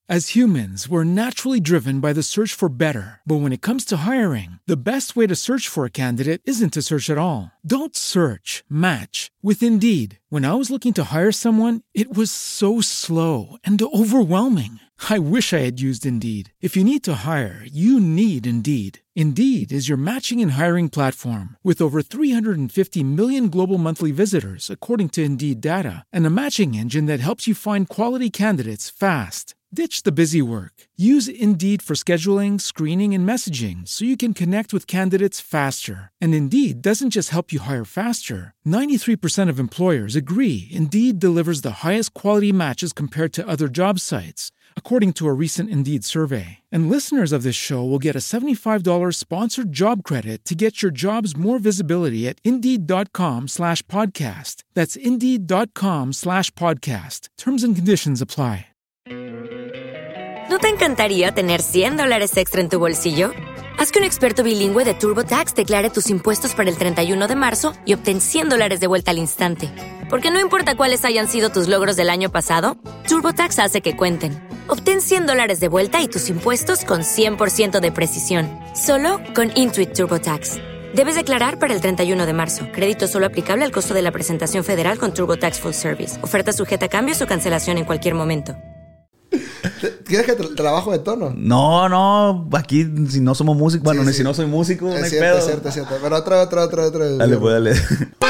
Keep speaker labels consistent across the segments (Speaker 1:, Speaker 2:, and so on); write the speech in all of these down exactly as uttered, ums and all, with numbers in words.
Speaker 1: As humans, we're naturally driven by the search for better. But when it comes to hiring, the best way to search for a candidate isn't to search at all. Don't search, match with Indeed. When I was looking to hire someone, it was so slow and overwhelming. I wish I had used Indeed. If you need to hire, you need Indeed. Indeed is your matching and hiring platform with over three hundred fifty million global monthly visitors, according to Indeed data, and a matching engine that helps you find quality candidates fast. Ditch the busy work. Use Indeed for scheduling, screening, and messaging so you can connect with candidates faster. And Indeed doesn't just help you hire faster. ninety-three percent of employers agree Indeed delivers the highest quality matches compared to other job sites, according to a recent Indeed survey. And listeners of this show will get a seventy-five dollars sponsored job credit to get your jobs more visibility at Indeed.com slash podcast. That's Indeed.com slash podcast. Terms and conditions apply.
Speaker 2: ¿No te encantaría tener cien dólares extra en tu bolsillo? Haz que un experto bilingüe de TurboTax declare tus impuestos para el treinta y uno de marzo y obtén cien dólares de vuelta al instante. Porque no importa cuáles hayan sido tus logros del año pasado, TurboTax hace que cuenten. Obtén cien dólares de vuelta y tus impuestos con cien por ciento de precisión. Solo con Intuit TurboTax. Debes declarar para el treinta y uno de marzo. Crédito solo aplicable al costo de la presentación federal con TurboTax Full Service. Oferta sujeta a cambios o cancelación en cualquier momento.
Speaker 3: ¿Quieres que tra- trabajo de tono?
Speaker 4: No, no, aquí si no somos músicos, bueno,
Speaker 3: Sí,
Speaker 4: ni
Speaker 3: sí.
Speaker 4: si no soy músico,
Speaker 3: Es
Speaker 4: no hay
Speaker 3: cierto,
Speaker 4: pedo.
Speaker 3: es cierto, es cierto. Pero otra, otra, otra, otra.
Speaker 4: Dale, pues, dale.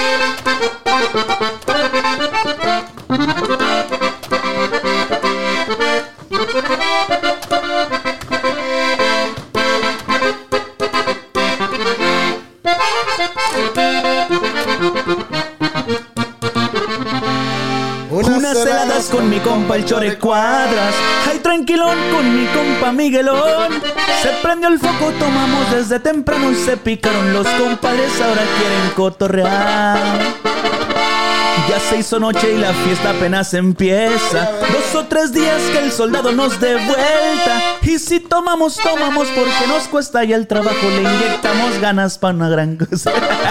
Speaker 4: Unas heladas con mi compa el Chore Cuadras. Ay, tranquilón con mi compa Miguelón. Se prendió el foco, tomamos desde temprano y se picaron los compadres, ahora quieren cotorrear. Ya se hizo noche y la fiesta apenas empieza. Dos o tres días que el soldado nos dé vuelta. Y si tomamos, tomamos porque nos cuesta y al trabajo le inyectamos ganas para una gran cosa.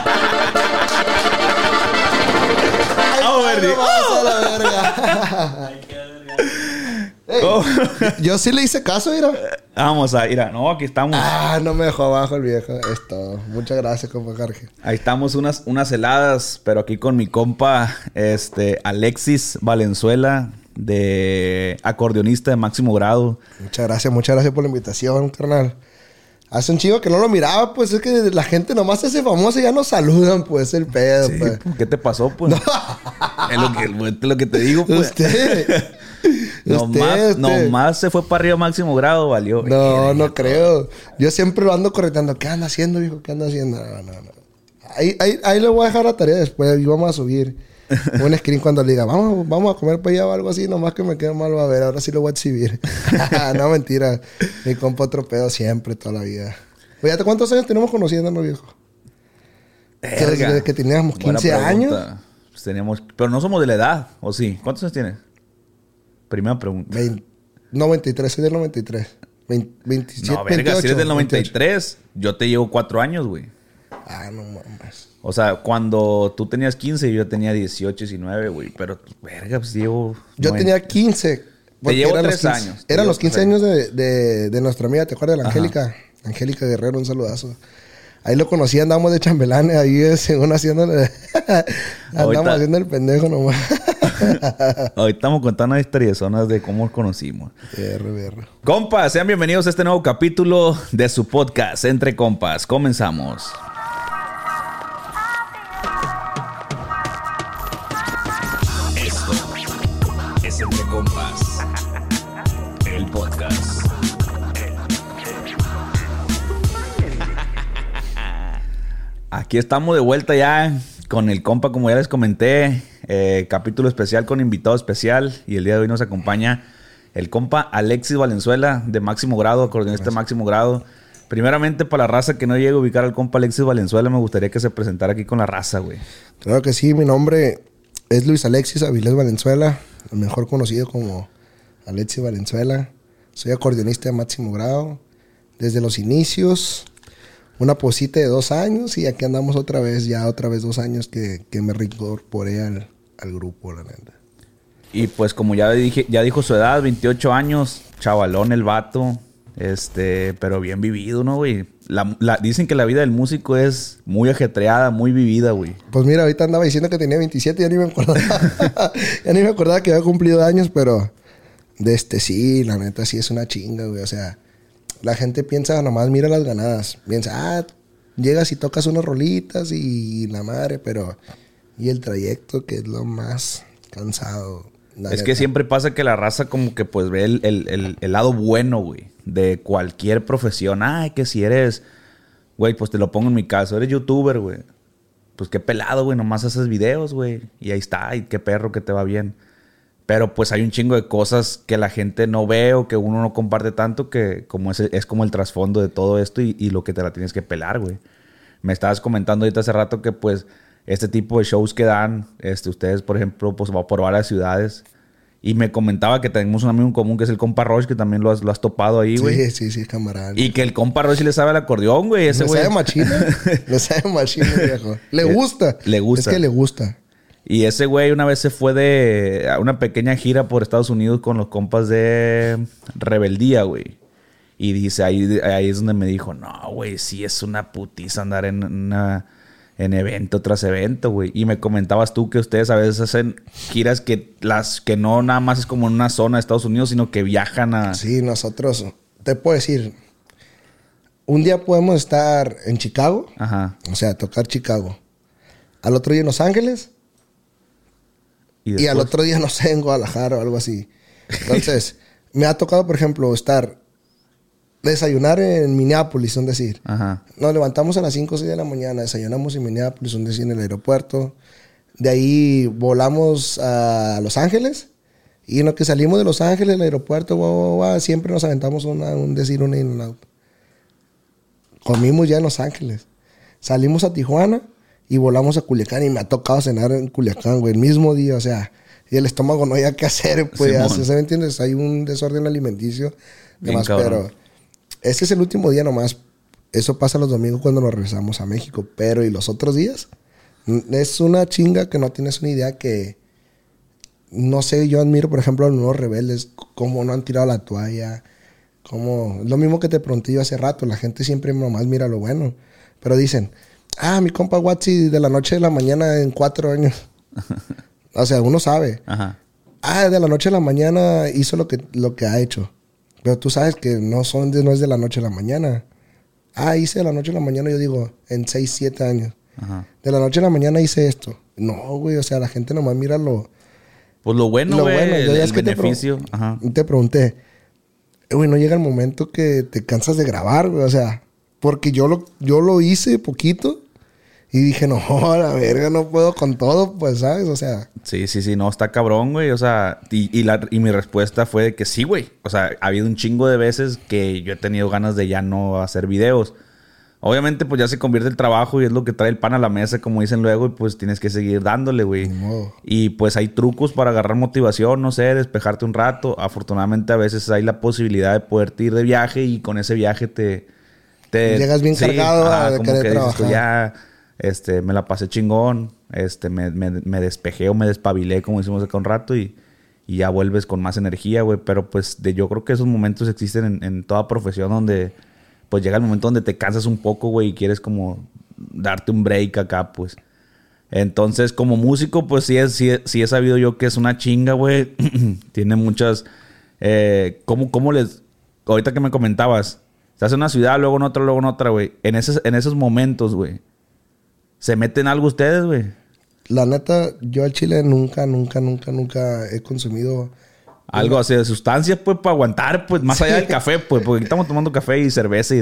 Speaker 3: Ay, no, vamos a la verga. Ey,
Speaker 4: Oh.
Speaker 3: yo sí le hice caso, mira.
Speaker 4: Vamos a ir a... No, aquí estamos.
Speaker 3: Ah, no me dejó abajo el viejo. Es todo. Muchas gracias, compa Jorge.
Speaker 4: Ahí estamos unas, unas heladas, pero aquí con mi compa este, Alexis Valenzuela, de acordeonista de máximo grado.
Speaker 3: Muchas gracias, muchas gracias por la invitación, carnal. Hace un chingo que no lo miraba, pues es que la gente nomás se hace famosa y ya nos saludan, pues el pedo,
Speaker 4: Sí,
Speaker 3: pues.
Speaker 4: ¿qué te pasó, pues? Es lo que, es lo que te digo, pues.
Speaker 3: Usted.
Speaker 4: Nomás,
Speaker 3: usted, usted.
Speaker 4: nomás se fue para arriba máximo grado, valió.
Speaker 3: No, no creo. Yo siempre lo ando correteando. ¿Qué anda haciendo, hijo? ¿Qué anda haciendo? No, no, no. Ahí, ahí, ahí le voy a dejar la tarea después y vamos a subir un screen cuando le diga, vamos, vamos a comer para allá o algo así, nomás que me quede mal, va a ver, ahora sí lo voy a exhibir. No, mentira. Mi compa otro pedo siempre, toda la vida. Oye, ¿cuántos años tenemos conociéndonos, viejo?
Speaker 4: Verga.
Speaker 3: Desde que teníamos
Speaker 4: Buena
Speaker 3: quince años.
Speaker 4: pregunta. Pues teníamos... Pero no somos de la edad, ¿o sí? ¿Cuántos años tienes? Primera pregunta.
Speaker 3: veinte, noventa y tres, soy del noventa y tres. veinte, veintisiete,
Speaker 4: No, verga,
Speaker 3: veintiocho,
Speaker 4: si eres del noventa y
Speaker 3: veintiocho.
Speaker 4: tres, yo te llevo cuatro años, güey.
Speaker 3: Ah, no mames.
Speaker 4: O sea, cuando tú tenías quince, yo tenía dieciocho, diecinueve, güey. Pero, verga, pues llevo...
Speaker 3: Yo
Speaker 4: noventa.
Speaker 3: tenía quince. porque
Speaker 4: llevo
Speaker 3: eran los
Speaker 4: tres
Speaker 3: quince
Speaker 4: años. Te
Speaker 3: Eran
Speaker 4: llevo
Speaker 3: los quince
Speaker 4: tres
Speaker 3: años de, de, de nuestra amiga, ¿te acuerdas de la
Speaker 4: Ajá.
Speaker 3: Angélica? Angélica Guerrero, un saludazo. Ahí lo conocí, andamos de chambelanes, ahí eh, según haciendo... andamos
Speaker 4: Ahorita-
Speaker 3: haciendo el pendejo nomás.
Speaker 4: Hoy estamos contando una historia zonas de cómo nos conocimos.
Speaker 3: Berro, berro.
Speaker 4: Compas, sean bienvenidos a este nuevo capítulo de su podcast Entre Compas. Comenzamos. Esto es Entre Compas, el podcast. Aquí estamos de vuelta ya con el compa, como ya les comenté, eh, capítulo especial con invitado especial, y el día de hoy nos acompaña el compa Alexis Valenzuela, de máximo grado, acordeonista de máximo grado. Primeramente, para la raza que no llegue a ubicar al compa Alexis Valenzuela, me gustaría que se presentara aquí con la raza, güey.
Speaker 3: Claro que sí, mi nombre es Luis Alexis Avilés Valenzuela, mejor conocido como Alexis Valenzuela. Soy acordeonista de máximo grado desde los inicios. Una posita de dos años y aquí andamos otra vez, ya otra vez dos años que, que me reincorporé al, al grupo, la neta.
Speaker 4: y pues como ya dije, ya dijo su edad, veintiocho años, chavalón el vato, este, pero bien vivido, ¿no, güey? La, la, dicen que la vida del músico es muy ajetreada, muy vivida, güey.
Speaker 3: Pues mira, ahorita andaba diciendo que tenía veintisiete, ya ni me acordaba. Ya ni me acordaba que había cumplido años, pero de este sí, la neta sí es una chinga, güey. O sea, la gente piensa, nomás mira las ganadas. Piensa, ah, llegas y tocas unas rolitas y la madre, pero... Y el trayecto, que es lo más cansado.
Speaker 4: Es
Speaker 3: neta.
Speaker 4: que siempre pasa que la raza como que pues ve el, el, el, el lado bueno, güey, de cualquier profesión. Ay, que si eres, güey, pues te lo pongo en mi caso, eres youtuber, güey. Pues qué pelado, güey, nomás haces videos, güey. Y ahí está, y qué perro que te va bien. Pero pues hay un chingo de cosas que la gente no ve o que uno no comparte tanto que como es, es como el trasfondo de todo esto y, y lo que te la tienes que pelar, güey. Me estabas comentando ahorita hace rato que pues este tipo de shows que dan, este, ustedes, por ejemplo, pues va por varias ciudades. Y me comentaba que tenemos un amigo en común que es el compa Roche, que también lo has, lo has topado ahí, güey.
Speaker 3: Sí, sí, sí, camarada.
Speaker 4: Y que el compa Roche sí le sabe el acordeón, güey. Ese
Speaker 3: le
Speaker 4: güey.
Speaker 3: sabe machina. Le sabe machina, viejo. Le gusta.
Speaker 4: Le gusta.
Speaker 3: Es que le gusta.
Speaker 4: Y ese güey una vez se fue de a una pequeña gira por Estados Unidos con los compas de Rebeldía, güey. Y dice, ahí, ahí es donde me dijo, no, güey, sí es una putiza andar en una... en evento tras evento, güey. Y me comentabas tú que ustedes a veces hacen giras que las que no nada más es como en una zona de Estados Unidos, sino que viajan a...
Speaker 3: Sí, nosotros, te puedo decir, un día podemos estar en Chicago,
Speaker 4: Ajá.
Speaker 3: o sea, tocar Chicago. Al otro día en Los Ángeles.
Speaker 4: Y,
Speaker 3: Y al otro día, no sé, en Guadalajara o algo así. Entonces, me ha tocado, por ejemplo, estar... desayunar en Minneapolis, un decir.
Speaker 4: Ajá.
Speaker 3: Nos levantamos a las cinco o seis de la mañana, desayunamos en Minneapolis, un decir, en el aeropuerto. De ahí volamos a Los Ángeles. Y en lo que salimos de Los Ángeles, el aeropuerto, guau, guau, guau, siempre nos aventamos una, un decir, un in and out. Comimos ya en Los Ángeles. Salimos a Tijuana y volamos a Culiacán. Y me ha tocado cenar en Culiacán, güey, el mismo día, o sea. Y el estómago no había qué hacer, pues. Ya, ¿se me entiendes? Hay un desorden alimenticio. Demás, pero... Este es el último día nomás. Eso pasa los domingos cuando nos regresamos a México. Pero ¿y los otros días? Es una chinga que no tienes una idea que... No sé, yo admiro, por ejemplo, a los nuevos rebeldes. Cómo no han tirado la toalla. Cómo... Lo mismo que te pregunté yo hace rato. La gente siempre nomás mira lo bueno. Pero dicen... Ah, mi compa Watsi de la noche a la mañana en cuatro años. O sea, uno sabe.
Speaker 4: Ajá.
Speaker 3: Ah, de la noche a la mañana hizo lo que, lo que ha hecho. Pero tú sabes que no, son de, no es de la noche a la mañana. Ah, hice de la noche a la mañana, yo digo, en seis, siete años.
Speaker 4: Ajá.
Speaker 3: De la noche a la mañana hice esto. No, güey, o sea, la gente nomás mira lo...
Speaker 4: Pues lo bueno,
Speaker 3: lo
Speaker 4: güey,
Speaker 3: bueno. Yo
Speaker 4: el,
Speaker 3: ya
Speaker 4: el
Speaker 3: es que
Speaker 4: beneficio.
Speaker 3: Te, pro-
Speaker 4: Ajá.
Speaker 3: te pregunté, güey, no llega el momento que te cansas de grabar, güey, o sea, porque yo lo, yo lo hice poquito y dije, no, a la verga, no puedo con todo, pues, ¿sabes? O sea...
Speaker 4: Sí, sí, sí, no, está cabrón, güey. O sea, y, y, la, y mi respuesta fue de que sí, güey. O sea, ha habido un chingo de veces que yo he tenido ganas de ya no hacer videos. Obviamente, pues ya se convierte el trabajo y es lo que trae el pan a la mesa, como dicen luego, y pues tienes que seguir dándole, güey.
Speaker 3: No.
Speaker 4: Y pues hay trucos para agarrar motivación, no sé, despejarte un rato. Afortunadamente, a veces hay la posibilidad de poderte ir de viaje y con ese viaje te... te
Speaker 3: Llegas bien
Speaker 4: sí,
Speaker 3: cargado
Speaker 4: ajá,
Speaker 3: a de
Speaker 4: como
Speaker 3: querer
Speaker 4: que dices tú,
Speaker 3: trabajar.
Speaker 4: ya... Este, me la pasé chingón, este, me, me, me despejé o me despabilé, como decimos acá un rato, y, y ya vuelves con más energía, güey. Pero pues de, yo creo que esos momentos existen en, en toda profesión donde pues llega el momento donde te cansas un poco, güey, y quieres como darte un break acá, pues. Entonces, como músico, pues sí, es, sí, sí he sabido yo que es una chinga, güey. Tiene muchas... Eh, ¿cómo, ¿Cómo les...? Ahorita que me comentabas, estás en una ciudad, luego en otra, luego en otra, güey. En esos, en esos momentos, güey, ¿se meten algo ustedes, güey?
Speaker 3: La neta, yo al chile nunca, nunca, nunca, nunca he consumido...
Speaker 4: Algo así de sustancias, pues, para aguantar, pues, más allá del café, pues, porque estamos tomando café y cerveza y...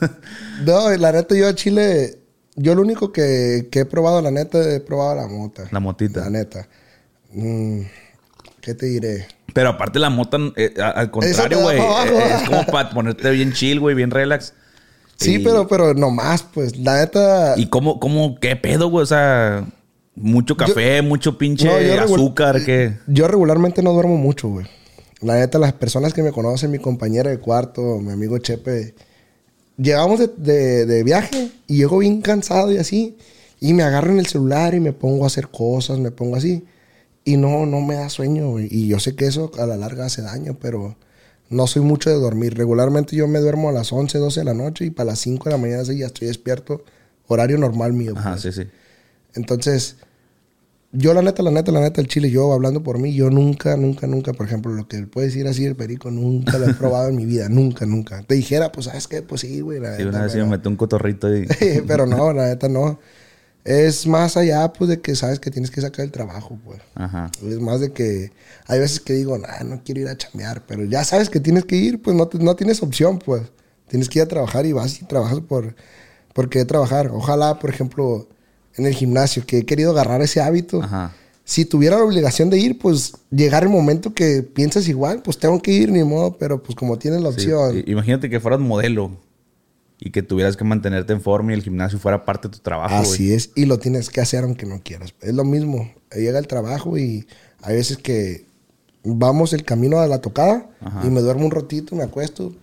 Speaker 3: No, la neta, yo al chile... Yo lo único que, que he probado, la neta, he probado la mota.
Speaker 4: La motita.
Speaker 3: La neta. Mm, ¿qué te diré?
Speaker 4: Pero aparte la mota, eh, al
Speaker 3: Eso
Speaker 4: contrario,
Speaker 3: te da
Speaker 4: güey,
Speaker 3: pa' abajo.
Speaker 4: eh, es como para ponerte bien chill, güey, bien relax.
Speaker 3: Sí,
Speaker 4: Y-
Speaker 3: pero, pero no más, pues. La neta...
Speaker 4: ¿Y cómo, cómo, qué pedo, güey? O sea, mucho café, mucho pinche
Speaker 3: No, yo regu-
Speaker 4: azúcar, ¿qué?
Speaker 3: Yo regularmente no duermo mucho, güey. La neta, las personas que me conocen, mi compañera de cuarto, mi amigo Chepe, llegamos de, de- de viaje y llego bien cansado y así. Y me agarro en el celular y me pongo a hacer cosas, me pongo así. Y no, no me da sueño, güey. Y yo sé que eso a la larga hace daño, pero no soy mucho de dormir. Regularmente yo me duermo a las once, doce de la noche y para las cinco de la mañana sí ya estoy despierto. Horario normal mío.
Speaker 4: Ajá,
Speaker 3: pues.
Speaker 4: sí, sí.
Speaker 3: Entonces, yo la neta, la neta, la neta, el chile, yo hablando por mí, yo nunca, nunca, nunca, por ejemplo, lo que puede decir así el perico, nunca lo he probado en mi vida, nunca, nunca. Te dijera, pues, ¿sabes qué? Pues sí, güey. La
Speaker 4: Sí,
Speaker 3: neta,
Speaker 4: una vez sí me
Speaker 3: pero...
Speaker 4: metí un cotorrito y...
Speaker 3: pero no, la neta no. Es más allá, pues, de que sabes que tienes que sacar el trabajo, pues.
Speaker 4: Ajá.
Speaker 3: Es más de que hay veces que digo, nah, no quiero ir a chambear, pero ya sabes que tienes que ir, pues no, te, no tienes opción, pues. Tienes que ir a trabajar y vas y trabajas por, por qué trabajar. Ojalá, por ejemplo, en el gimnasio, que he querido agarrar ese hábito.
Speaker 4: Ajá.
Speaker 3: Si tuviera la obligación de ir, pues llegar el momento que piensas igual, pues tengo que ir, ni modo, pero pues como tienes la opción.
Speaker 4: Sí. Imagínate que fueras modelo y que tuvieras que mantenerte en forma y el gimnasio fuera parte de tu trabajo.
Speaker 3: Así
Speaker 4: güey.
Speaker 3: es, y lo tienes que hacer aunque no quieras. Es lo mismo, llega el trabajo y hay veces que vamos el camino a la tocada. Ajá. Y me duermo un ratito, me acuesto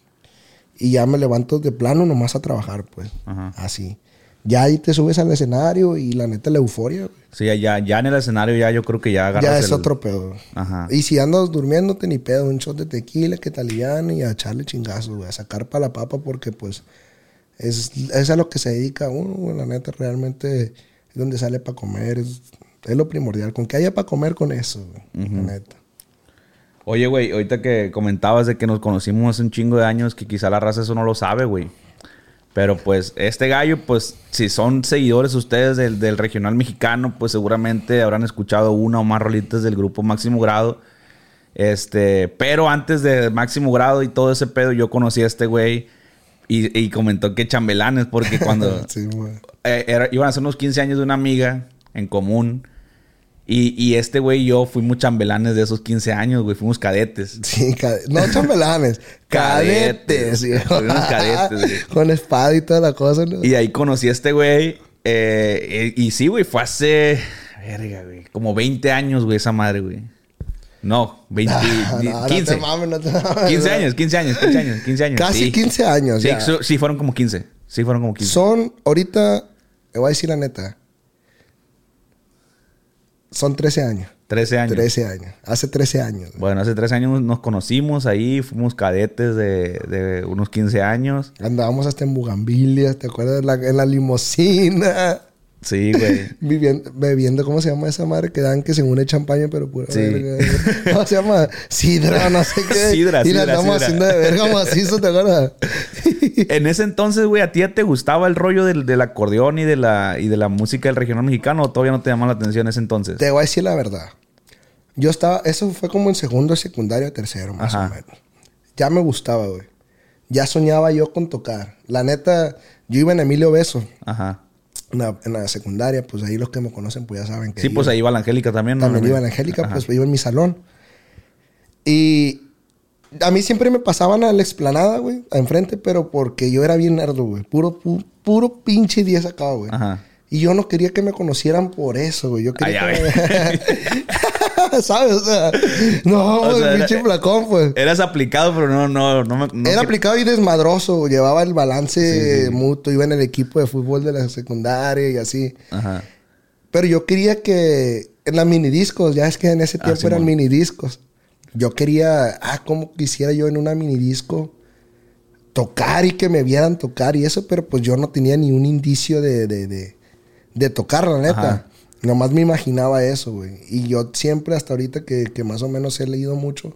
Speaker 3: y ya me levanto de plano nomás a trabajar, pues. Ajá. Así. Ya ahí te subes al escenario y la neta la euforia, güey.
Speaker 4: Sí, ya, ya en el escenario ya yo creo que ya agarras
Speaker 3: Ya es
Speaker 4: el...
Speaker 3: otro pedo.
Speaker 4: Ajá.
Speaker 3: Y si andas durmiéndote ni pedo, un shot de tequila que te aliviane y a echarle chingazos, güey. A sacar para la papa porque pues es, es a lo que se dedica uno, güey. La neta realmente es donde sale para comer. Es, es lo primordial. Con que haya para comer con eso, güey. Uh-huh. La neta.
Speaker 4: Oye, güey, ahorita que comentabas de que nos conocimos hace un chingo de años, que quizá la raza eso no lo sabe, güey. Pero pues este gallo, pues si son seguidores ustedes del, del regional mexicano, pues seguramente habrán escuchado una o más rolitas del grupo Máximo Grado. Este, pero antes de Máximo Grado y todo ese pedo, yo conocí a este güey y, y comentó que chambelanes, porque cuando sí, eh, era, iban a hacer unos quince años de una amiga en común. Y, y este güey y yo fuimos chambelanes de esos quince años, güey. Fuimos cadetes.
Speaker 3: Sí, cade- no chambelanes. cadetes.
Speaker 4: cadetes fuimos cadetes, güey.
Speaker 3: Con espada y toda la cosa, ¿no?
Speaker 4: Y ahí conocí a este güey. Eh, y, y sí, güey, fue hace... Verga, güey. Como veinte años, güey, esa madre, güey. No, veinte...
Speaker 3: No, no,
Speaker 4: quince.
Speaker 3: No te mames, no te mames.
Speaker 4: quince años, quince años, quince años, quince años.
Speaker 3: Casi
Speaker 4: sí.
Speaker 3: quince años,
Speaker 4: sí,
Speaker 3: ya.
Speaker 4: Sí, sí, fueron como quince. Sí, fueron como quince.
Speaker 3: Son, ahorita... Le voy a decir la neta. Son trece años.
Speaker 4: trece años.
Speaker 3: trece años. Hace trece años.
Speaker 4: Güey. Bueno, hace trece años nos conocimos ahí. Fuimos cadetes de, de unos quince años.
Speaker 3: Andábamos hasta en Bugambilias, ¿te acuerdas? En la, en la limusina.
Speaker 4: Sí, güey.
Speaker 3: Viviendo, bebiendo, ¿cómo se llama esa madre? Que dan que según es champaña, pero pura
Speaker 4: sí.
Speaker 3: verga. ¿Cómo se llama? Sidra, no sé qué.
Speaker 4: Sidra,
Speaker 3: y
Speaker 4: sidra,
Speaker 3: la andamos
Speaker 4: sidra.
Speaker 3: haciendo de verga macizo, ¿te acuerdas?
Speaker 4: En ese entonces, güey, ¿a ti ya te gustaba el rollo del, del acordeón y de, la, y de la música del regional mexicano o todavía no te llamaba la atención en ese entonces?
Speaker 3: Te voy a decir la verdad. Yo estaba... Eso fue como en segundo, secundario, tercero, más
Speaker 4: Ajá.
Speaker 3: o menos. Ya me gustaba, güey. Ya soñaba yo con tocar. La neta, yo iba en Emilio Beso.
Speaker 4: Ajá.
Speaker 3: En la, en la secundaria, pues ahí los que me conocen, pues ya saben que...
Speaker 4: Sí, pues ahí iba la Angélica también, ¿no?
Speaker 3: También iba la Angélica,
Speaker 4: Ajá.
Speaker 3: pues iba en mi salón. Y... A mí siempre me pasaban a la explanada, güey, a enfrente, pero porque yo era bien nerdo, güey. Puro, pu, puro pinche diez acá, güey.
Speaker 4: Ajá.
Speaker 3: Y yo no quería que me conocieran por eso, güey. Yo quería
Speaker 4: Ay,
Speaker 3: que me... ¿Sabes? O sea, no,
Speaker 4: O
Speaker 3: güey,
Speaker 4: sea,
Speaker 3: pinche
Speaker 4: era-
Speaker 3: flacón, pues.
Speaker 4: Eras aplicado, pero no, no, no, me- no
Speaker 3: Era
Speaker 4: que-
Speaker 3: aplicado y desmadroso, güey. Llevaba el balance
Speaker 4: Sí, sí.
Speaker 3: mutuo. Iba en el equipo de fútbol de la secundaria y así.
Speaker 4: Ajá.
Speaker 3: Pero yo quería que... En las minidiscos, ya es que en ese
Speaker 4: Ah,
Speaker 3: tiempo eran
Speaker 4: Simón.
Speaker 3: minidiscos. Yo quería... Ah, como quisiera yo en una minidisco tocar y que me vieran tocar y eso. Pero pues yo no tenía ni un indicio de... de, de, de tocar, la neta.
Speaker 4: Ajá.
Speaker 3: Nomás me imaginaba eso, güey. Y yo siempre, hasta ahorita que, que más o menos he leído mucho...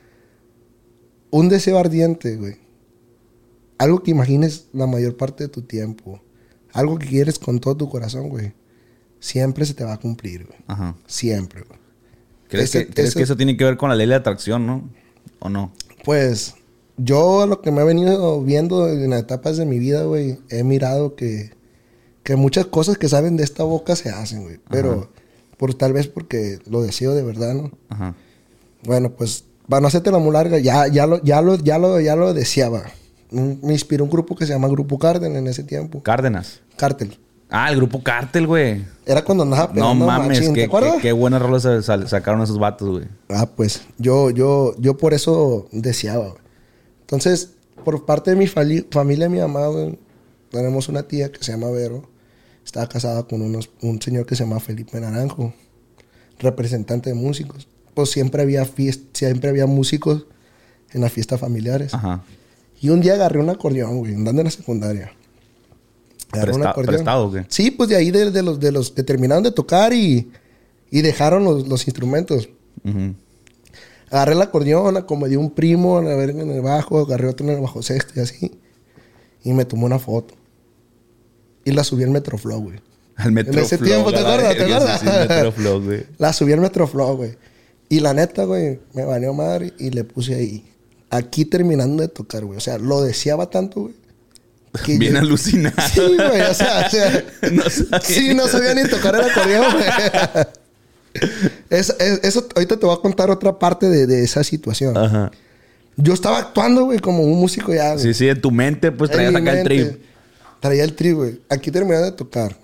Speaker 3: Un deseo ardiente, güey. Algo que imagines la mayor parte de tu tiempo. Algo que quieres con todo tu corazón, güey. Siempre se te va a cumplir, güey.
Speaker 4: Ajá.
Speaker 3: Siempre, güey.
Speaker 4: ¿Crees,
Speaker 3: Ese-
Speaker 4: que, ¿crees
Speaker 3: ese-
Speaker 4: que eso tiene que ver con la ley de atracción, no? ¿O no?
Speaker 3: Pues, yo lo que me he venido viendo en las etapas de mi vida, güey, he mirado que, que muchas cosas que salen de esta boca se hacen, güey. Pero, por, tal vez porque lo deseo de verdad, ¿no?
Speaker 4: Ajá.
Speaker 3: Bueno, pues, para no hacerte la muy larga, ya, ya, lo, ya, lo, ya, lo, ya lo deseaba. Un- Me inspiró un grupo que se llama Grupo Cártel en ese tiempo.
Speaker 4: Cárdenas.
Speaker 3: Cártel.
Speaker 4: Ah, el grupo Cártel, güey.
Speaker 3: Era cuando andaba
Speaker 4: No
Speaker 3: pegando
Speaker 4: mames,
Speaker 3: machín, ¿te
Speaker 4: qué,
Speaker 3: acuerdas?
Speaker 4: qué, qué buenas rolas se sal- sacaron esos vatos, güey.
Speaker 3: Ah, pues yo, yo, yo por eso deseaba, güey. Entonces, por parte de mi fali- familia, mi mamá, güey, tenemos una tía que se llama Vero. Estaba casada con unos, un señor que se llama Felipe Naranjo. representante de músicos. Pues siempre había fiest- siempre había músicos en las fiestas familiares.
Speaker 4: Ajá.
Speaker 3: Y un día agarré un acordeón, güey, andando en la secundaria. Agarré un
Speaker 4: Presta-
Speaker 3: acordeón.
Speaker 4: ¿Prestado o qué?
Speaker 3: Sí, pues de ahí de, de los, de los que terminaron de tocar y, y dejaron los, los instrumentos.
Speaker 4: Ujú.
Speaker 3: Agarré el acordeón, acomodé un primo a ver en el bajo, agarré otro en el bajo sexto y así. Y me tomé una foto. Y la subí al Metroflow, güey.
Speaker 4: Al Metroflow.
Speaker 3: En ese tiempo, ¿te
Speaker 4: a la
Speaker 3: acuerdas? ¿Te
Speaker 4: verga,
Speaker 3: acuerdas?
Speaker 4: Sí, sí, Metroflow, güey.
Speaker 3: La subí al Metroflow, güey. Y la neta, güey, me valió madre y le puse ahí. Aquí terminando de tocar, güey. O sea, lo deseaba tanto, güey. que
Speaker 4: Bien
Speaker 3: yo-
Speaker 4: alucinado.
Speaker 3: Sí, güey. O sea, o sea
Speaker 4: No sabía.
Speaker 3: sí, no sabía ni tocar el acordeón, güey. Es- es- eso, ahorita te voy a contar otra parte de, de esa situación.
Speaker 4: Ajá.
Speaker 3: Yo estaba actuando, güey, como un músico ya, güey.
Speaker 4: Sí, sí, en tu mente, pues
Speaker 3: En
Speaker 4: traías
Speaker 3: mi
Speaker 4: acá el
Speaker 3: mente,
Speaker 4: trip.
Speaker 3: Traía el trip, güey. Aquí terminando de tocar.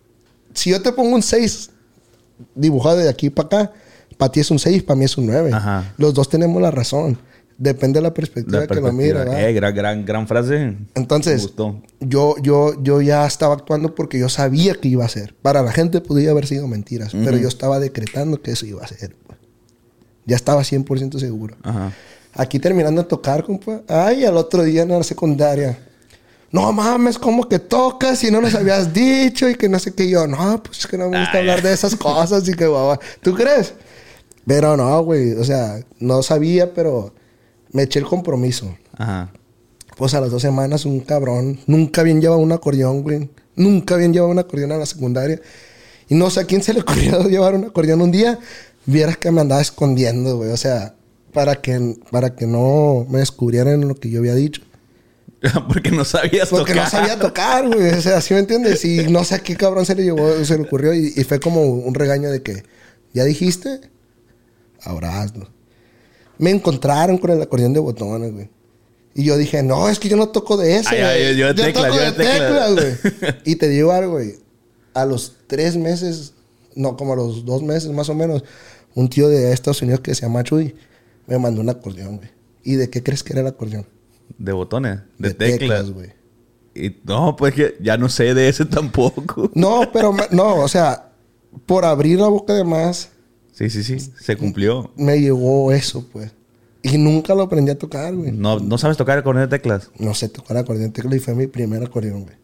Speaker 3: Si yo te pongo un seis dibujado de aquí para acá, para ti es un seis, para mí es un nueve.
Speaker 4: Ajá.
Speaker 3: Los dos tenemos la razón. Depende de la perspectiva,
Speaker 4: La
Speaker 3: que lo
Speaker 4: perspectiva.
Speaker 3: mira, ¿verdad?
Speaker 4: Eh, gran, gran, gran frase. Me
Speaker 3: Entonces,
Speaker 4: gustó.
Speaker 3: yo, yo, yo ya estaba actuando porque yo sabía que iba a ser. Para la gente podía haber sido mentiras, pero yo estaba decretando que eso iba a ser. Pues. Ya estaba cien por ciento seguro.
Speaker 4: Ajá.
Speaker 3: Aquí terminando de tocar, compa. Ay, al otro día en la secundaria. No mames, ¿cómo que tocas? Si no nos habías dicho y que no sé qué. Yo, no, pues es que no me gusta
Speaker 4: Ay.
Speaker 3: hablar de esas cosas y que guau. ¿Tú crees? Pero no, güey. O sea, no sabía, pero me eché el compromiso.
Speaker 4: Ajá.
Speaker 3: Pues a las dos semanas un cabrón. Nunca habían llevado un acordeón, güey. Nunca habían llevado un acordeón a la secundaria. Y no sé a quién se le ocurrió llevar un acordeón un día. Vieras que me andaba escondiendo, güey. O sea, para que, para que no me descubrieran lo que yo había dicho.
Speaker 4: Porque no sabías
Speaker 3: Porque
Speaker 4: tocar.
Speaker 3: no sabía tocar, güey. O sea, ¿sí me entiendes? Y no sé a qué cabrón se le llevó, se le ocurrió. Y, y fue como un regaño de que, ¿ya dijiste? Ahora hazlo. Me encontraron con el acordeón de botones, güey. Y yo dije, no, es que yo no toco de eso,
Speaker 4: Ay,
Speaker 3: güey.
Speaker 4: ay, yo de teclas,
Speaker 3: toco
Speaker 4: yo de teclas.
Speaker 3: güey. Y te digo algo, güey. A los tres meses, no, como a los dos meses más o menos, un tío de Estados Unidos que se llama Chuy me mandó un acordeón, güey. ¿Y de qué crees que era el acordeón?
Speaker 4: De botones. De, teclas.
Speaker 3: güey.
Speaker 4: Y no, pues que ya no sé de ese tampoco.
Speaker 3: No, pero me- no, o sea, por abrir la boca de más,
Speaker 4: Sí, sí, sí. Se cumplió.
Speaker 3: me llegó eso, pues. Y nunca lo aprendí a tocar, güey.
Speaker 4: No, no sabes tocar con de teclas.
Speaker 3: No sé tocar acordeón tecla y fue mi primer acordeón, güey.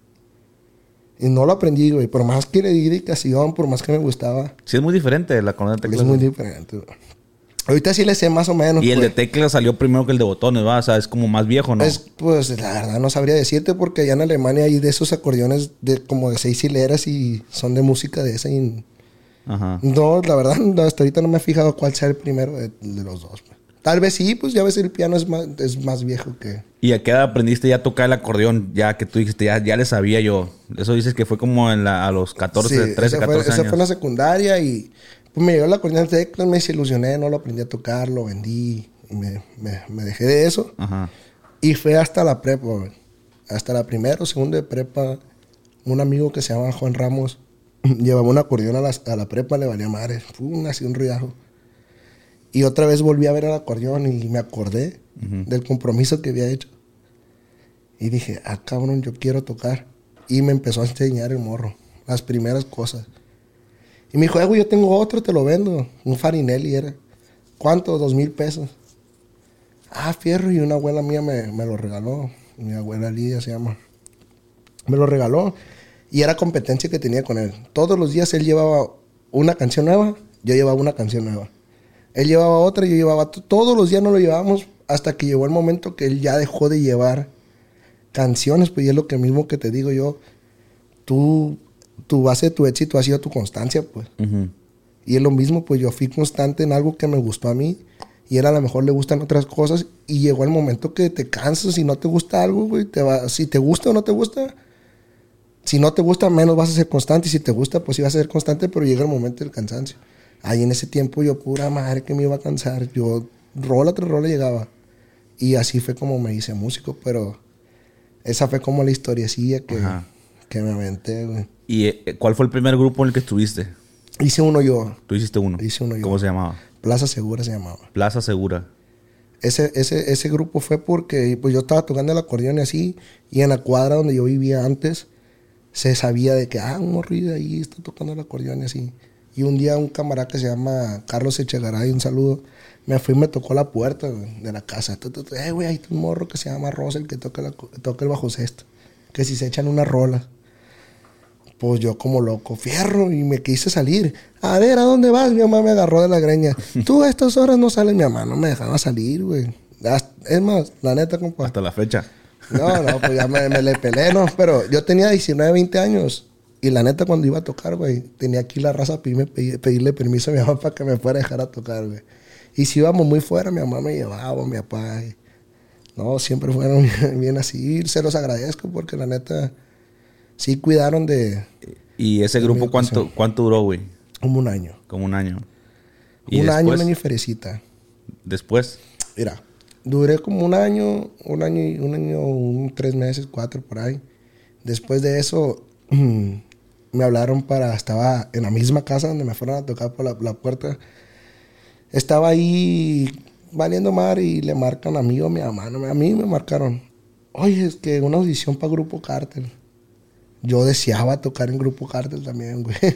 Speaker 3: Y no lo aprendí, güey. Por más que le di dedicación, por más que me gustaba,
Speaker 4: Sí, es muy diferente la con de teclas.
Speaker 3: es muy diferente, güey. Ahorita sí le sé más o menos.
Speaker 4: Y el de
Speaker 3: pues.
Speaker 4: teclas salió primero que el de botones, ¿va? O sea, es como más viejo, ¿no?
Speaker 3: Es, pues, la verdad no sabría decirte porque allá en Alemania hay de esos acordeones de como de seis hileras y son de música de esa y...
Speaker 4: Ajá.
Speaker 3: No, la verdad, hasta ahorita no me he fijado cuál sea el primero de, de los dos. Pues. Tal vez sí, pues ya ves, el piano es más, es más viejo que...
Speaker 4: ¿Y a qué edad aprendiste ya a tocar el acordeón? Ya que tú dijiste, ya, ya le sabía yo. Eso dices que fue como en la, a los catorce,
Speaker 3: Sí,
Speaker 4: trece,
Speaker 3: ese fue,
Speaker 4: catorce
Speaker 3: ese
Speaker 4: años.
Speaker 3: fue en la secundaria y pues me llegó el acordeón de teclas, me desilusioné, no lo aprendí a tocar, lo vendí y me, me, me dejé de eso.
Speaker 4: Ajá.
Speaker 3: Y fue hasta la prepa, güey. Hasta la primera o segunda de prepa, un amigo que se llama Juan Ramos llevaba un acordeón a la, a la prepa, le valía madre. Pum, así un ruidajo. Y otra vez volví a ver el acordeón y me acordé
Speaker 4: Ujú.
Speaker 3: del compromiso que había hecho. Y dije, ah, cabrón, yo quiero tocar. Y me empezó a enseñar el morro, las primeras cosas. Y me dijo, eh, güey, yo tengo otro, te lo vendo. Un Farinelli era. ¿Cuánto? Dos mil pesos. Ah, fierro. Y una abuela mía me, me lo regaló. Mi abuela Lidia se llama. Me lo regaló. Y era competencia que tenía con él. Todos los días él llevaba una canción nueva, yo llevaba una canción nueva. Él llevaba otra, yo llevaba... t- Todos los días no lo llevábamos hasta que llegó el momento que él ya dejó de llevar canciones. Pues y es lo que mismo que te digo yo. Tú, tu base de tu éxito ha sido tu constancia, pues.
Speaker 4: Ujú.
Speaker 3: Y es lo mismo, pues yo fui constante en algo que me gustó a mí. Y él a lo mejor le gustan otras cosas. Y llegó el momento que te cansas. Si no te gusta algo, güey, te va... Si te gusta o no te gusta... Si no te gusta, menos vas a ser constante. Y si te gusta, pues sí vas a ser constante. Pero llega el momento del cansancio. Ahí en ese tiempo yo, pura madre que me iba a cansar. Yo, rola tras rola llegaba. Y así fue como me hice músico. Pero esa fue como la historiecilla que,
Speaker 4: Ajá.
Speaker 3: que me aventé, güey.
Speaker 4: ¿Y eh, cuál fue el primer grupo en el que estuviste?
Speaker 3: Hice uno yo.
Speaker 4: Tú hiciste uno.
Speaker 3: Hice uno yo.
Speaker 4: ¿Cómo se llamaba?
Speaker 3: Plaza Segura se llamaba.
Speaker 4: Plaza Segura.
Speaker 3: Ese, ese, ese grupo fue porque pues yo estaba tocando el acordeón y así. Y en la cuadra donde yo vivía antes, se sabía de que, ah, un morrillo ahí está tocando el acordeón y así. Y un día un camarada que se llama Carlos Echegaray, un saludo, me fui y me tocó la puerta, güey, de la casa. Eh, güey, hay un morro que se llama Rosa, el que toca, la, toca el bajo sexto. Que si se echan una rola. Pues yo como loco, fierro, y me quise salir. A ver, ¿a dónde vas? Mi mamá me agarró de la greña. Tú a estas horas no sales, mi mamá no me dejaba salir, güey. Es más, la neta, compa.
Speaker 4: Hasta la fecha.
Speaker 3: No, no, pues ya me, me le pelé, no. Pero yo tenía diecinueve, veinte años. Y la neta, cuando iba a tocar, güey, tenía aquí la raza a pedirme, pedirle permiso a mi mamá para que me fuera a dejar a tocar, güey. Y si íbamos muy fuera, mi mamá me llevaba, mi papá. Y... No, siempre fueron bien, bien así. Y se los agradezco porque la neta... Sí cuidaron de...
Speaker 4: ¿Y ese grupo cuánto, cuánto duró, güey?
Speaker 3: Como un año.
Speaker 4: Como un año.
Speaker 3: ¿Y un después? año, un año y ferecita.
Speaker 4: ¿Después?
Speaker 3: Mira, duré como un año, un año, y un año, un, tres meses, cuatro por ahí. Después de eso, me hablaron para... Estaba en la misma casa donde me fueron a tocar por la, la puerta. Estaba ahí valiendo mar y le marcan a mí o a mi mamá. No, a mí me marcaron. Oye, es que una audición para Grupo Cártel. Yo deseaba tocar en Grupo Cártel también, güey.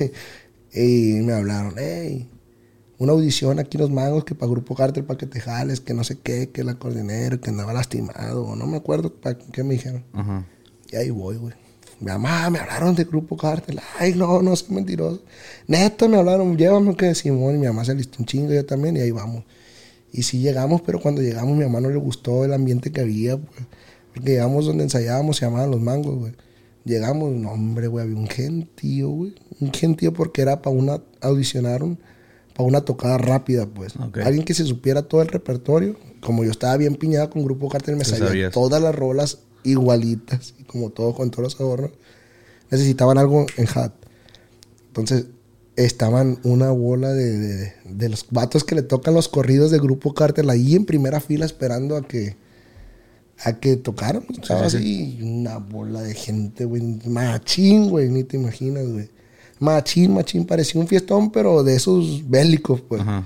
Speaker 3: Y me hablaron, hey, una audición aquí en Los Mangos que para Grupo Cártel, para que te jales, que no sé qué, que el acordeonero, que andaba lastimado. No me acuerdo para qué me dijeron. Uh-huh. Y ahí voy, güey. Mi mamá, me hablaron de Grupo Cártel. Ay, no, no soy mentiroso. Neta, me hablaron, llévame que Simón. Y mi mamá se alistó un chingo, yo también, y ahí vamos. Y sí llegamos, pero cuando llegamos, mi mamá no le gustó el ambiente que había, pues. Porque llegamos donde ensayábamos, se llamaban Los Mangos, güey. Llegamos, no, hombre, güey, había un gentío, güey. Un gentío porque era para una, audicionaron para una tocada rápida, pues. Okay. Alguien que se supiera todo el repertorio. Como yo estaba bien piñado con Grupo Cártel, me sabía sabías. todas las rolas igualitas. Y como todo, con todos los adornos. Necesitaban algo en hat. Entonces, estaban una bola de, de, de los vatos que le tocan los corridos de Grupo Cártel ahí en primera fila esperando a que... a que tocaron. Estaba sí, sí. así una bola de gente, güey. Machín, güey. Ni te imaginas, güey. Machín, machín. Parecía un fiestón, pero de esos bélicos, pues. Ajá.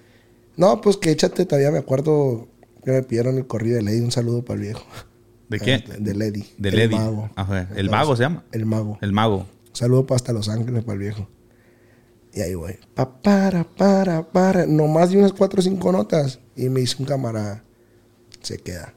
Speaker 3: No, pues que échate. Todavía me acuerdo que me pidieron el corrido de Lady. Un saludo para el viejo.
Speaker 4: ¿De qué?
Speaker 3: De, de Lady.
Speaker 4: De
Speaker 3: el
Speaker 4: Lady.
Speaker 3: Mago.
Speaker 4: Ajá. ¿El Mago se llama?
Speaker 3: El Mago.
Speaker 4: El Mago.
Speaker 3: Un saludo para hasta Los Ángeles para el viejo. Y ahí, güey. Pa, para, para, para. Nomás de unas cuatro o cinco notas. Y me hizo un camarada. Se queda.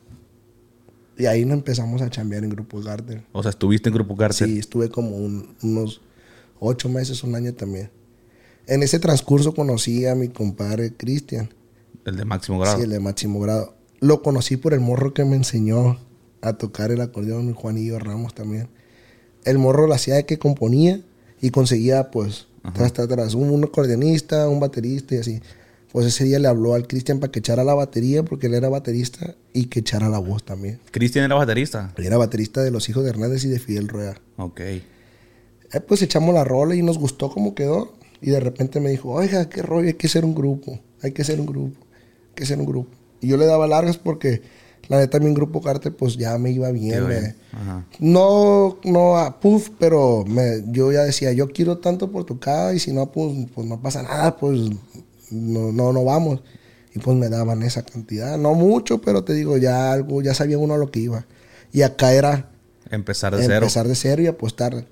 Speaker 3: Y ahí nos empezamos a chambear en Grupo Cártel.
Speaker 4: O sea, ¿estuviste en Grupo Cártel?
Speaker 3: Sí, estuve como un, unos ocho meses, un año también. En ese transcurso conocí a mi compadre Cristian.
Speaker 4: ¿El de máximo grado?
Speaker 3: Sí, el de máximo grado. Lo conocí por el morro que me enseñó a tocar el acordeón, mi Juanillo Ramos también. El morro lo hacía de que componía y conseguía, pues, Ajá. tras, tras, tras, un, un acordeonista, un baterista y así. Pues ese día le habló al Cristian para que echara la batería, porque él era baterista, y que echara la voz también.
Speaker 4: ¿Cristian era baterista?
Speaker 3: Él era baterista de Los Hijos de Hernández y de Fidel Rueda.
Speaker 4: Ok.
Speaker 3: Eh, pues echamos la rola y nos gustó cómo quedó. Y de repente me dijo, oiga, qué rollo, hay que ser un grupo. Hay que ser un grupo. Hay que ser un grupo. Y yo le daba largas porque, la neta, mi Grupo Cártel, pues ya me iba bien. Me, bien. Ajá. No, no a puff, pero me, yo ya decía, yo quiero tanto por tocar y si no, pues, pues no pasa nada, pues... No, no, no vamos. Y pues me daban esa cantidad. No mucho, pero te digo, ya algo, ya sabía uno a lo que iba. Y acá era...
Speaker 4: Empezar de cero.
Speaker 3: Empezar de cero y apostar.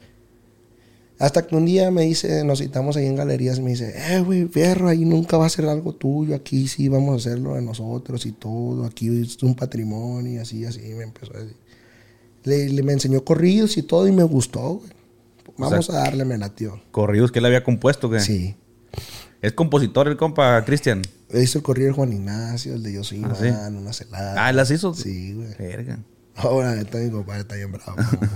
Speaker 3: Hasta que un día me dice, nos citamos ahí en galerías, me dice, eh, güey, fierro, ahí nunca va a ser algo tuyo. Aquí sí vamos a hacerlo de nosotros y todo. Aquí es un patrimonio y así, así. Me empezó a decir. Le, le me enseñó corridos y todo y me gustó, güey. Vamos o sea, a darle, me latió.
Speaker 4: ¿Corridos que él había compuesto, qué?
Speaker 3: Sí.
Speaker 4: ¿Es compositor el compa Cristian?
Speaker 3: Hizo el corrido de Juan Ignacio, el de Yo Soy Iván, ¿Ah, sí? Una celada.
Speaker 4: Ah, ¿las hizo?
Speaker 3: Sí, güey.
Speaker 4: Verga.
Speaker 3: Ahora, esta mi compadre está bien bravo.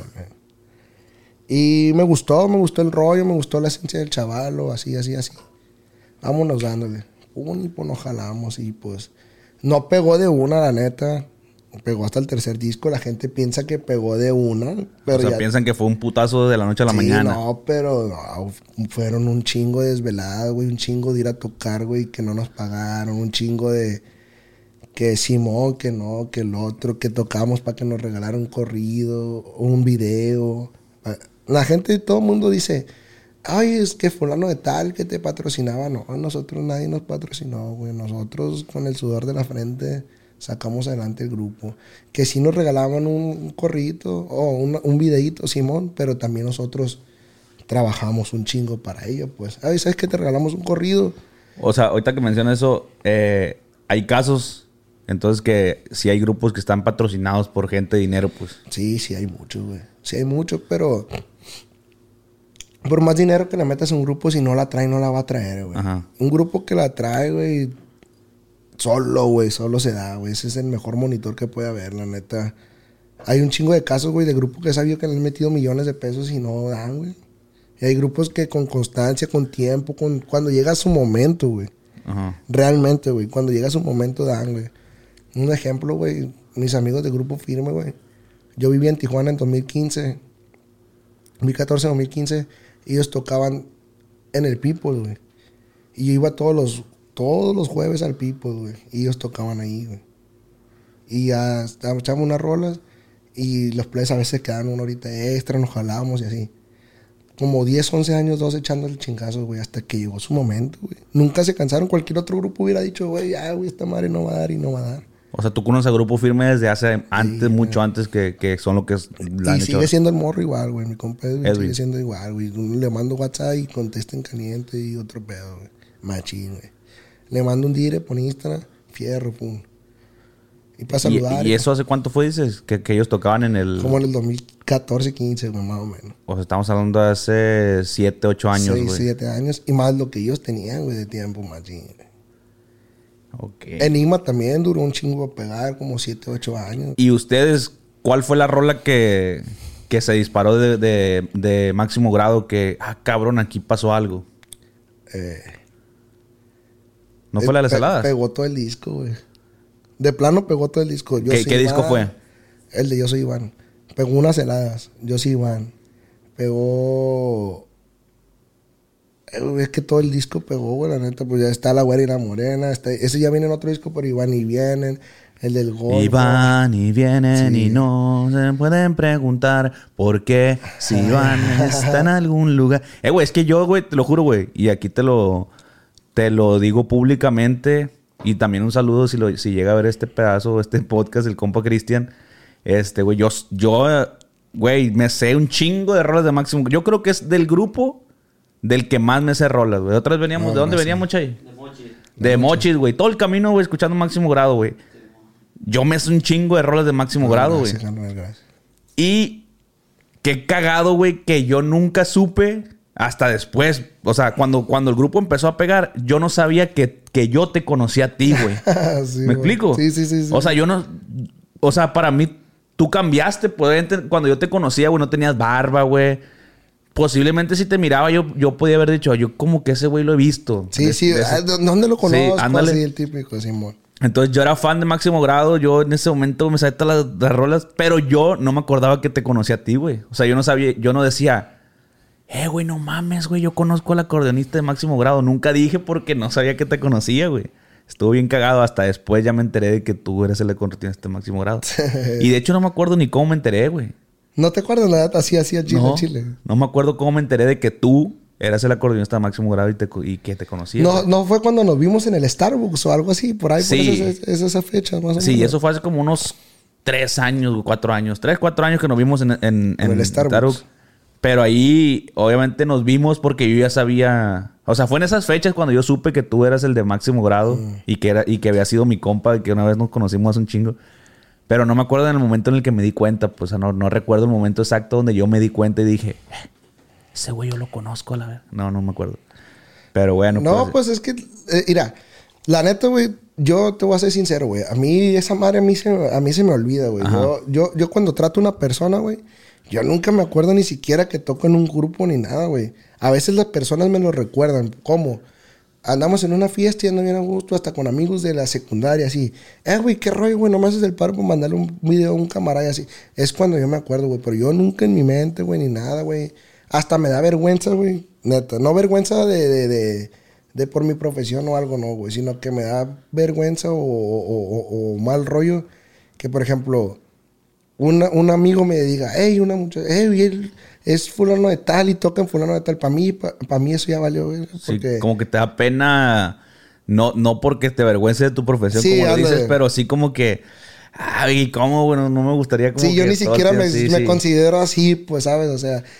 Speaker 3: Y me gustó, me gustó el rollo, me gustó la esencia del chavalo, así, así, así. Vámonos dándole. Un y pues nos jalamos y pues... No pegó de una, la neta. Pegó hasta el tercer disco. La gente piensa que pegó de una. Pero
Speaker 4: o sea,
Speaker 3: ya...
Speaker 4: piensan que fue un putazo de la noche a la
Speaker 3: sí,
Speaker 4: mañana.
Speaker 3: No, pero no, fueron un chingo de desveladas, güey. Un chingo de ir a tocar, güey, que no nos pagaron. Un chingo de... Que Simón, que no, que el otro. Que tocamos para que nos regalaran un corrido, un video. La gente, todo el mundo dice... Ay, es que fulano de tal que te patrocinaba. No, nosotros nadie nos patrocinó, güey. Nosotros con el sudor de la frente... sacamos adelante el grupo. Que sí nos regalaban un, un corrito o un, un videíto, Simón, pero también nosotros trabajamos un chingo para ello, pues. Ay, ¿sabes qué? Te regalamos un corrido.
Speaker 4: O sea, ahorita que mencionas eso, eh, hay casos, entonces, que si hay grupos que están patrocinados por gente de dinero, pues.
Speaker 3: Sí, sí hay muchos, güey. Sí hay muchos, pero... por más dinero que le metas a un grupo, si no la trae, no la va a traer, güey. Un grupo que la trae, güey, solo, güey, solo se da, güey. Ese es el mejor monitor que puede haber, la neta. Hay un chingo de casos, güey, de grupos que he sabido que le han metido millones de pesos y no dan, güey. Y hay grupos que con constancia, con tiempo, con cuando llega su momento, güey. Ajá. Realmente, güey. Cuando llega su momento, dan, güey. Un ejemplo, güey. Mis amigos de Grupo Firme, güey. Yo vivía en Tijuana en dos mil quince. dos mil catorce, dos mil quince. Ellos tocaban en el People, güey. Y yo iba todos los, todos los jueves al People, güey. Y ellos tocaban ahí, güey. Y ya echábamos unas rolas. Y los players a veces quedaban una horita extra, nos jalábamos y así. Como diez, once años, dos echando el chingazo, güey, hasta que llegó su momento, güey. Nunca se cansaron. Cualquier otro grupo hubiera dicho, güey, ah, güey, esta madre no va a dar y no va a dar.
Speaker 4: O sea, tú conoces a Grupo Firme desde hace antes, sí, mucho güey. antes que, que son lo que es...
Speaker 3: Y sigue hecho. siendo el morro igual, güey. Mi compa Edwin, Edwin sigue siendo igual, güey. Le mando WhatsApp y contesta en caliente y otro pedo, güey. Machín, güey. Le mando un dire por Instagram, fierro, pum. Y para saludar.
Speaker 4: ¿Y, y eso hace cuánto fue, dices? Que, que ellos tocaban en el...
Speaker 3: Como en el dos mil catorce, quince, güey, más o menos.
Speaker 4: O sea, estamos hablando de hace siete, ocho años, güey.
Speaker 3: seis, siete años. Y más lo que ellos tenían, güey, de tiempo, machín.
Speaker 4: Ok.
Speaker 3: Enigma también duró un chingo a pegar, como siete, ocho años.
Speaker 4: ¿Y ustedes, cuál fue la rola que, que se disparó de, de, de Máximo Grado? Que, ah, cabrón, aquí pasó algo.
Speaker 3: Eh,
Speaker 4: ¿No fue la de las
Speaker 3: pe
Speaker 4: heladas?
Speaker 3: Pegó todo el disco, güey. De plano pegó todo el disco. Yo
Speaker 4: ¿Qué, ¿qué disco fue?
Speaker 3: El de Yo Soy Iván. Pegó unas heladas. Yo Soy Iván. Pegó... Es que todo el disco pegó, güey, la neta. Pues ya está La Güera y la Morena. Está... Ese ya viene en otro disco, pero Iván y Vienen. El del Golfo.
Speaker 4: Y van y vienen, sí. Y no se pueden preguntar por qué. Si Iván está en algún lugar. Eh, güey, es que yo, güey, te lo juro, güey. Y aquí te lo... Te lo digo públicamente. Y también un saludo si, lo, si llega a ver este pedazo, este podcast, el compa Cristian. Este, güey, yo, yo, güey, me sé un chingo de rolas de Máximo. Yo creo que es del grupo del que más me sé rolas, güey. Otras veníamos, no, ¿de dónde no veníamos, Chay? De Mochis. De, de Mochis, güey. Todo el camino, güey, escuchando Máximo Grado, güey. Yo me sé un chingo de rolas de Máximo no, Grado, güey. Y qué cagado, güey, que yo nunca supe... Hasta después, o sea, cuando, cuando el grupo empezó a pegar, yo no sabía que, que yo te conocía a ti, güey. sí, ¿Me explico?
Speaker 3: Sí, sí, sí, sí.
Speaker 4: O sea, yo no... O sea, para mí, tú cambiaste. Cuando yo te conocía, güey, no tenías barba, güey. Posiblemente si te miraba, yo, yo podía haber dicho, yo como que ese güey lo he visto.
Speaker 3: Sí, de, sí. De ese... ¿Dónde lo conozco?
Speaker 4: Sí, ándale.
Speaker 3: Así, el típico, Simón.
Speaker 4: Entonces, yo era fan de Máximo Grado. Yo en ese momento me sabía todas las, las rolas. Pero yo no me acordaba que te conocía a ti, güey. O sea, yo no sabía... Yo no decía... Eh, güey, no mames, güey. Yo conozco al acordeonista de Máximo Grado. Nunca dije porque no sabía que te conocía, güey. Estuvo bien cagado. Hasta después ya me enteré de que tú eres el acordeonista de Máximo Grado. Y de hecho no me acuerdo ni cómo me enteré, güey.
Speaker 3: ¿No te acuerdas la data así, así, Chile,
Speaker 4: no,
Speaker 3: Chile?
Speaker 4: No me acuerdo cómo me enteré de que tú eras el acordeonista de Máximo Grado y, te, y que te conocía.
Speaker 3: No, güey. No fue cuando nos vimos en el Starbucks o algo así. Por ahí,
Speaker 4: sí.
Speaker 3: Por eso es, es esa fecha, más o menos.
Speaker 4: Sí, eso fue hace como unos tres años, cuatro años. Tres, cuatro años que nos vimos en, en, en, en el Starbucks. Starbucks. Pero ahí, obviamente, nos vimos porque yo ya sabía... O sea, fue en esas fechas cuando yo supe que tú eras el de Máximo Grado. Mm. Y que era y que había sido mi compa. Y que una vez nos conocimos hace un chingo. Pero no me acuerdo en el momento en el que me di cuenta. Pues, o sea, no, no recuerdo el momento exacto donde yo me di cuenta y dije... Eh, ese güey yo lo conozco, a la vez. No, no me acuerdo. Pero bueno...
Speaker 3: No, pues, pues es que... Eh, mira, la neta, güey... Yo te voy a ser sincero, güey. A mí, esa madre a mí se, a mí se me olvida, güey. Yo, yo, yo cuando trato a una persona, güey... Yo nunca me acuerdo ni siquiera que toco en un grupo ni nada, güey. A veces las personas me lo recuerdan. ¿Cómo? Andamos en una fiesta y ando bien a gusto, hasta con amigos de la secundaria, así. Eh, güey, qué rollo, güey. No me haces el paro por mandarle un video a un camarada así. Es cuando yo me acuerdo, güey. Pero yo nunca en mi mente, güey, ni nada, güey. Hasta me da vergüenza, güey. Neta. No vergüenza de, de, de, de por mi profesión o algo, no, güey. Sino que me da vergüenza o, o, o, o mal rollo. Que, por ejemplo... Una, un amigo me diga, hey, una muchacha, hey, él es fulano de tal y toca en fulano de tal. Para mí, para pa mí eso ya valió, güey. Porque...
Speaker 4: Sí, como que te da pena, no, no porque te avergüence de tu profesión, sí, como lo dices, pero sí como que, ay, ¿cómo? Bueno, no me gustaría como
Speaker 3: sí,
Speaker 4: que...
Speaker 3: yo ni siquiera me,
Speaker 4: sí,
Speaker 3: me
Speaker 4: sí.
Speaker 3: considero así, pues, ¿sabes? O sea,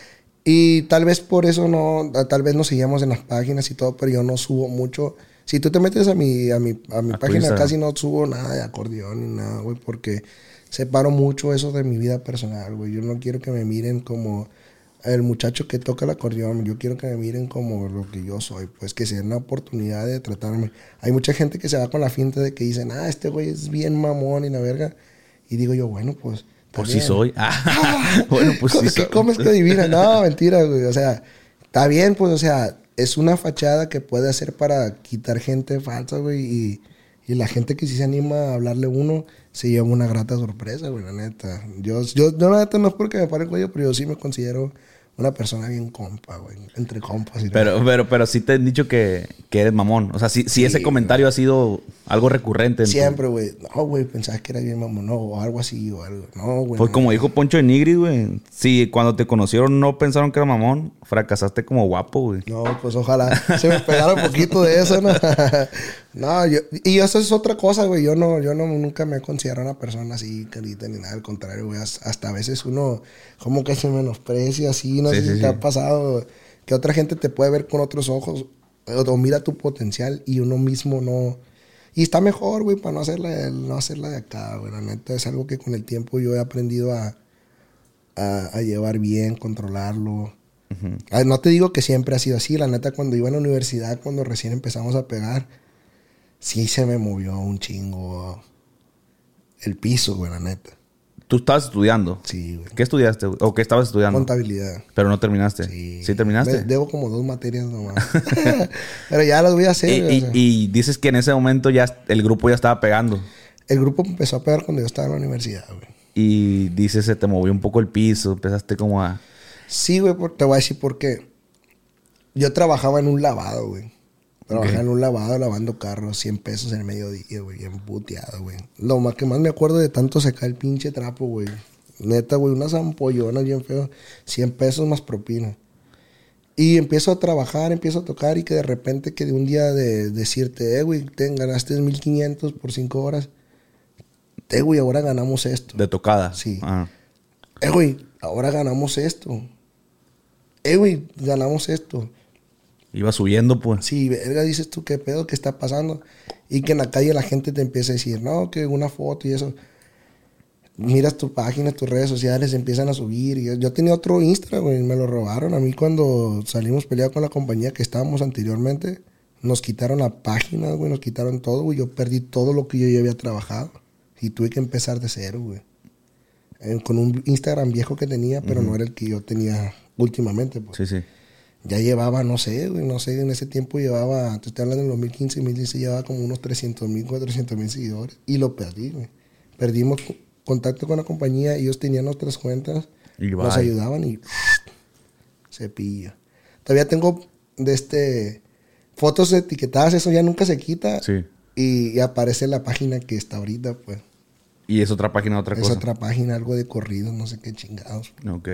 Speaker 3: Y tal vez por eso no, tal vez nos seguíamos en las páginas y todo, pero yo no subo mucho. Si tú te metes a mi, a mi, a mi
Speaker 4: A tu
Speaker 3: página,
Speaker 4: Instagram.
Speaker 3: casi no subo nada de acordeón ni nada, güey, porque separo mucho eso de mi vida personal, güey. Yo no quiero que me miren como el muchacho que toca el acordeón. Yo quiero que me miren como lo que yo soy, pues que sea una oportunidad de tratarme. Hay mucha gente que se va con la finta de que dicen, ah, este güey es bien mamón y la verga. Y digo yo, bueno, pues...
Speaker 4: Por
Speaker 3: está
Speaker 4: si
Speaker 3: bien.
Speaker 4: soy. Ah, bueno, pues sí
Speaker 3: ¿Qué
Speaker 4: soy.
Speaker 3: comes que adivina? No, mentira, güey. O sea, está bien, pues, o sea, es una fachada que puede hacer para quitar gente falsa, güey. Y, y la gente que sí se anima a hablarle a uno se lleva una grata sorpresa, güey, la neta. Yo, yo, yo la neta, no es porque me pare el cuello, pero yo sí me considero una persona bien compa, güey. Entre compas y
Speaker 4: Pero, pero, pero sí te han dicho que, que eres mamón. O sea, sí, sí,
Speaker 3: Sí,
Speaker 4: ese comentario ha sido algo recurrente. en tu-
Speaker 3: siempre, güey. No, güey, pensabas que era bien mamón, no, o algo así, o algo. No, güey.
Speaker 4: Pues
Speaker 3: no.
Speaker 4: como dijo Poncho de Nigris, güey. Si cuando te conocieron no pensaron que era mamón, fracasaste como guapo, güey.
Speaker 3: No, pues ojalá se me pegara un poquito de eso, ¿no? No, yo, y eso es otra cosa, güey. Yo no, yo no, nunca me considero una persona así, carita, ni nada. Al contrario, güey. Hasta a veces uno como que se menosprecia así. No
Speaker 4: Sí,
Speaker 3: sé
Speaker 4: sí,
Speaker 3: si
Speaker 4: sí.
Speaker 3: te ha pasado que otra gente te puede ver con otros ojos o, o mira tu potencial y uno mismo no... Y está mejor, güey, para no hacerla, no hacerla de acá, güey. La neta es algo que con el tiempo yo he aprendido a, a, a llevar bien, controlarlo. Ah, no te digo que siempre ha sido así. La neta, cuando iba a la universidad, cuando recién empezamos a pegar, sí se me movió un chingo el piso, güey, la neta.
Speaker 4: Tú estabas estudiando.
Speaker 3: Sí, güey.
Speaker 4: ¿Qué estudiaste, güey? ¿O qué estabas estudiando?
Speaker 3: Contabilidad.
Speaker 4: Pero no terminaste.
Speaker 3: Sí.
Speaker 4: ¿Sí terminaste?
Speaker 3: De- debo como dos materias nomás. Pero ya las voy a hacer.
Speaker 4: y,
Speaker 3: güey,
Speaker 4: y-
Speaker 3: o sea.
Speaker 4: y dices que en ese momento ya el grupo ya estaba pegando.
Speaker 3: El grupo empezó a pegar cuando yo estaba en la universidad, güey.
Speaker 4: Y dices, se te movió un poco el piso. Empezaste como a...
Speaker 3: Sí, güey, por- te voy a decir por qué. Yo trabajaba en un lavado, güey. Trabajaba
Speaker 4: Ok.
Speaker 3: en un lavado lavando carros, cien pesos en el mediodía, güey, bien puteado, güey. Lo más que más me acuerdo de tanto secar el pinche trapo, güey. Neta, güey, unas ampollonas bien feo, cien pesos más propina. Y empiezo a trabajar, empiezo a tocar y que de repente que de un día de decirte, eh, güey, te ganaste mil quinientos por cinco horas. Eh, güey, ahora ganamos esto.
Speaker 4: De tocada.
Speaker 3: Sí.
Speaker 4: Ah.
Speaker 3: Eh, güey, ahora ganamos esto. Eh, güey, ganamos esto.
Speaker 4: Iba subiendo, pues.
Speaker 3: Sí, verga, dices tú, ¿qué pedo? ¿Qué está pasando? Y que en la calle la gente te empieza a decir, no, que una foto y eso. Miras tu página, tus redes sociales, empiezan a subir. Y yo, yo tenía otro Instagram, güey, me lo robaron. A mí cuando salimos peleados con la compañía que estábamos anteriormente, nos quitaron la página, güey, nos quitaron todo, güey. Yo perdí todo lo que yo ya había trabajado. Y tuve que empezar de cero, güey. Eh, con un Instagram viejo que tenía, pero no era el que yo tenía últimamente, pues.
Speaker 4: Sí, sí.
Speaker 3: Ya llevaba, no sé, güey, no sé, en ese tiempo llevaba, te estoy hablando en dos mil quince, dos mil dieciséis, llevaba como unos trescientos mil, cuatrocientos mil seguidores. Y lo perdí, güey. Perdimos co- contacto con la compañía, ellos tenían otras cuentas,
Speaker 4: Y
Speaker 3: nos
Speaker 4: bye.
Speaker 3: ayudaban y cepillo. Todavía tengo de este fotos etiquetadas, eso ya nunca se quita.
Speaker 4: Sí.
Speaker 3: Y, y aparece la página que está ahorita, pues.
Speaker 4: Y es otra página, otra
Speaker 3: Es
Speaker 4: cosa.
Speaker 3: otra página, algo de corridos, no sé qué chingados.
Speaker 4: Ok.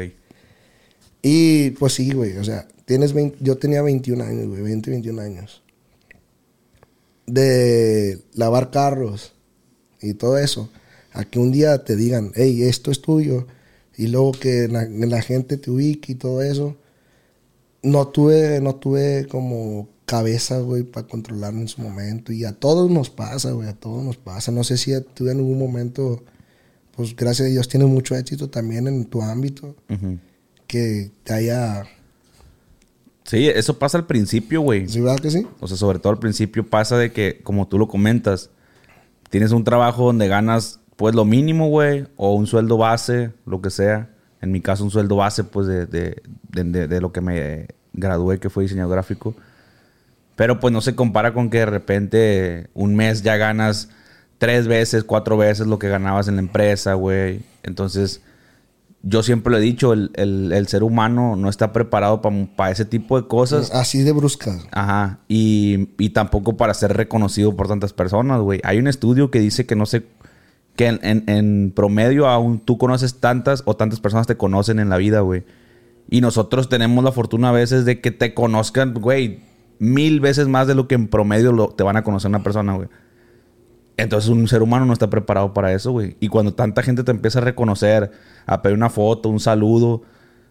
Speaker 3: Y pues sí, güey, o sea, tienes veinte, yo tenía veintiún años, güey, veinte, veintiún años. De lavar carros y todo eso, a que un día te digan, hey, esto es tuyo, y luego que la, la gente te ubique y todo eso, no tuve, no tuve como cabeza, güey, para controlarlo en su momento. Y a todos nos pasa, güey, a todos nos pasa. No sé si tú en algún momento, pues gracias a Dios tienes mucho éxito también en tu ámbito,
Speaker 4: Ujú.
Speaker 3: que te haya...
Speaker 4: Sí, eso pasa al principio, güey.
Speaker 3: ¿Sí, verdad que sí?
Speaker 4: O sea, sobre todo al principio pasa de que, como tú lo comentas, tienes un trabajo donde ganas, pues, lo mínimo, güey, o un sueldo base, lo que sea. En mi caso, un sueldo base, pues, de, de, de, de- de lo que me gradué, que fue diseñador gráfico. Pero, pues, no se compara con que de repente un mes ya ganas tres veces, cuatro veces lo que ganabas en la empresa, güey. Entonces, yo siempre lo he dicho, el, el, el ser humano no está preparado para ese tipo de cosas.
Speaker 3: Así de bruscas.
Speaker 4: Ajá. Y, y tampoco para ser reconocido por tantas personas, güey. Hay un estudio que dice que no sé... Que en, en, en promedio aún tú conoces tantas o tantas personas te conocen en la vida, güey. Y nosotros tenemos la fortuna a veces de que te conozcan, güey, mil veces más de lo que en promedio lo, te van a conocer una persona, güey. Entonces un ser humano no está preparado para eso, güey. Y cuando tanta gente te empieza a reconocer, a pedir una foto, un saludo...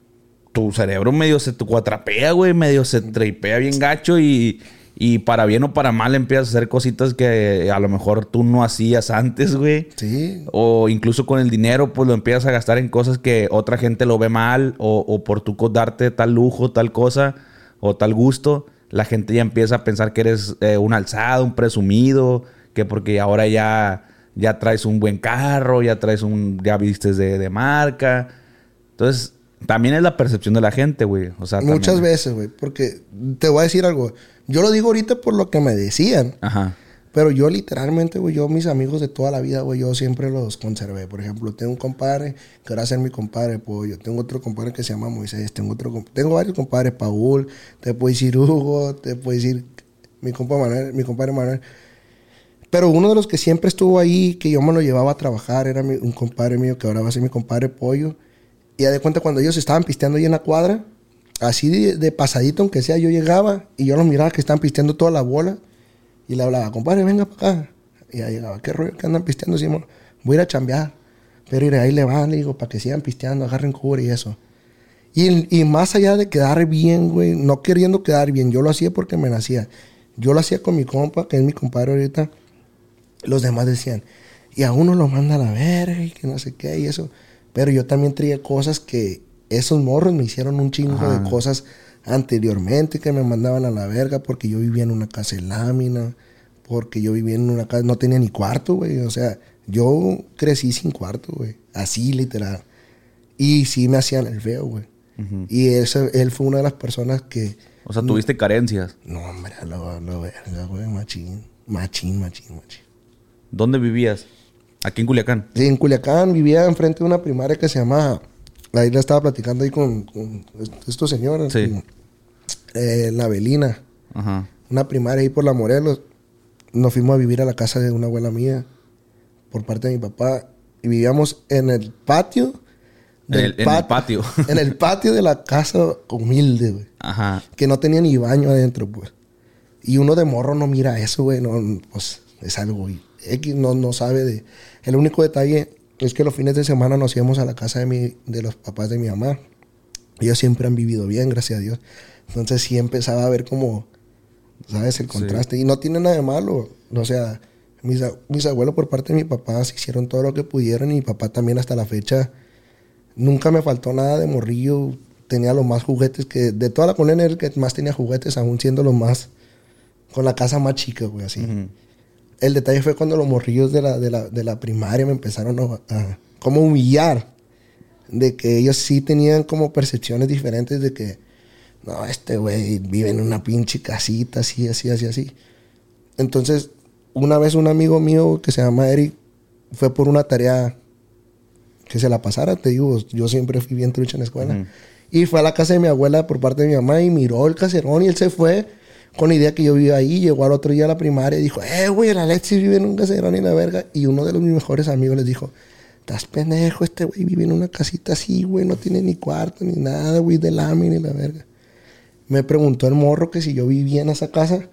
Speaker 4: tu cerebro medio se te cuatrapea, güey. Medio se tripea bien gacho y... Y para bien o para mal empiezas a hacer cositas que a lo mejor tú no hacías antes, güey.
Speaker 3: Sí.
Speaker 4: O incluso con el dinero, pues lo empiezas a gastar en cosas que otra gente lo ve mal. O, o por tu darte tal lujo, tal cosa o tal gusto. La gente ya empieza a pensar que eres eh, un alzado, un presumido. Que porque ahora ya, ya traes un buen carro, ya traes un... Ya vistes de, de marca. Entonces... También es la percepción de la gente, güey. O sea,
Speaker 3: muchas
Speaker 4: también...
Speaker 3: veces, güey. Porque te voy a decir algo. Yo lo digo ahorita por lo que me decían.
Speaker 4: Ajá.
Speaker 3: Pero yo literalmente, güey, yo mis amigos de toda la vida, güey, yo siempre los conservé. Por ejemplo, tengo un compadre que ahora va a ser mi compadre Pollo. Tengo otro compadre que se llama Moisés. Tengo otro comp- tengo varios compadres, Paul. Te puedo decir Hugo. Te puedo decir mi compa Manuel, mi compadre Manuel. Pero uno de los que siempre estuvo ahí, que yo me lo llevaba a trabajar, era mi, un compadre mío que ahora va a ser mi compadre Pollo. Y ya de cuenta, cuando ellos estaban pisteando ahí en la cuadra, así de, de pasadito, aunque sea, yo llegaba y yo los miraba que estaban pisteando toda la bola. Y le hablaba, compadre, venga para acá. Y ya llegaba, ¿qué rollo que andan pisteando? Simón, voy a ir a chambear. Pero ir ahí le van, le digo, para que sigan pisteando, agarren cubre y eso. Y, y más allá de quedar bien, güey, no queriendo quedar bien, yo lo hacía porque me nacía. Yo lo hacía con mi compa, que es mi compadre ahorita. Los demás decían, y a uno lo manda a la verga y que no sé qué y eso. Pero yo también traía cosas que esos morros me hicieron un chingo Ajá. de cosas anteriormente que me mandaban a la verga porque yo vivía en una casa de lámina, porque yo vivía en una casa, no tenía ni cuarto, güey. O sea, yo crecí sin cuarto, güey. Así, literal. Y sí me hacían el feo, güey. Uh-huh. Y ese, él fue una de las personas que...
Speaker 4: O sea, ¿tuviste carencias?
Speaker 3: No, hombre, lo, lo verga, güey. Machín, machín, machín, machín.
Speaker 4: ¿Dónde vivías? ¿Aquí en Culiacán?
Speaker 3: Sí, en Culiacán. Vivía enfrente de una primaria que se llama... Ahí la estaba platicando ahí con, con estos señores.
Speaker 4: Sí.
Speaker 3: Como, eh, la Avelina.
Speaker 4: Ajá.
Speaker 3: Una primaria ahí por la Morelos. Nos fuimos a vivir a la casa de una abuela mía. Por parte de mi papá. Y vivíamos en el patio.
Speaker 4: En el, en el patio.
Speaker 3: En el patio de la casa humilde, güey.
Speaker 4: Ajá.
Speaker 3: Que no tenía ni baño adentro, pues. Y uno de morro no mira eso, güey. No, pues es algo, güey. X no, no sabe de... El único detalle es que los fines de semana nos íbamos a la casa de, mi, de los papás de mi mamá. Ellos siempre han vivido bien, gracias a Dios. Entonces sí empezaba a ver como, ¿sabes? El contraste. Sí. Y no tiene nada de malo. O sea, mis, mis abuelos por parte de mi papá se hicieron todo lo que pudieron. Y mi papá también hasta la fecha nunca me faltó nada de morrillo. Tenía los más juguetes que... De toda la colonia era el que más tenía juguetes, aún siendo los más... Con la casa más chica, güey, así. Uh-huh. El detalle fue cuando los morrillos de la, de la, de la primaria me empezaron a, a como humillar. De que ellos sí tenían como percepciones diferentes de que... No, este güey vive en una pinche casita, así, así, así, así. Entonces, una vez un amigo mío que se llama Eric fue por una tarea que se la pasara, te digo. Yo siempre fui bien trucha en la escuela. Uh-huh. Y fue a la casa de mi abuela por parte de mi mamá y miró el caserón y él se fue... Con la idea que yo vivía ahí, llegó al otro día a la primaria y dijo, eh, güey, el Alexis vive en un caserón y la verga. Y uno de los mis mejores amigos les dijo, estás pendejo, este güey vive en una casita así, güey, no tiene ni cuarto ni nada, güey, de lámina y la verga. Me preguntó el morro que si yo vivía en esa casa,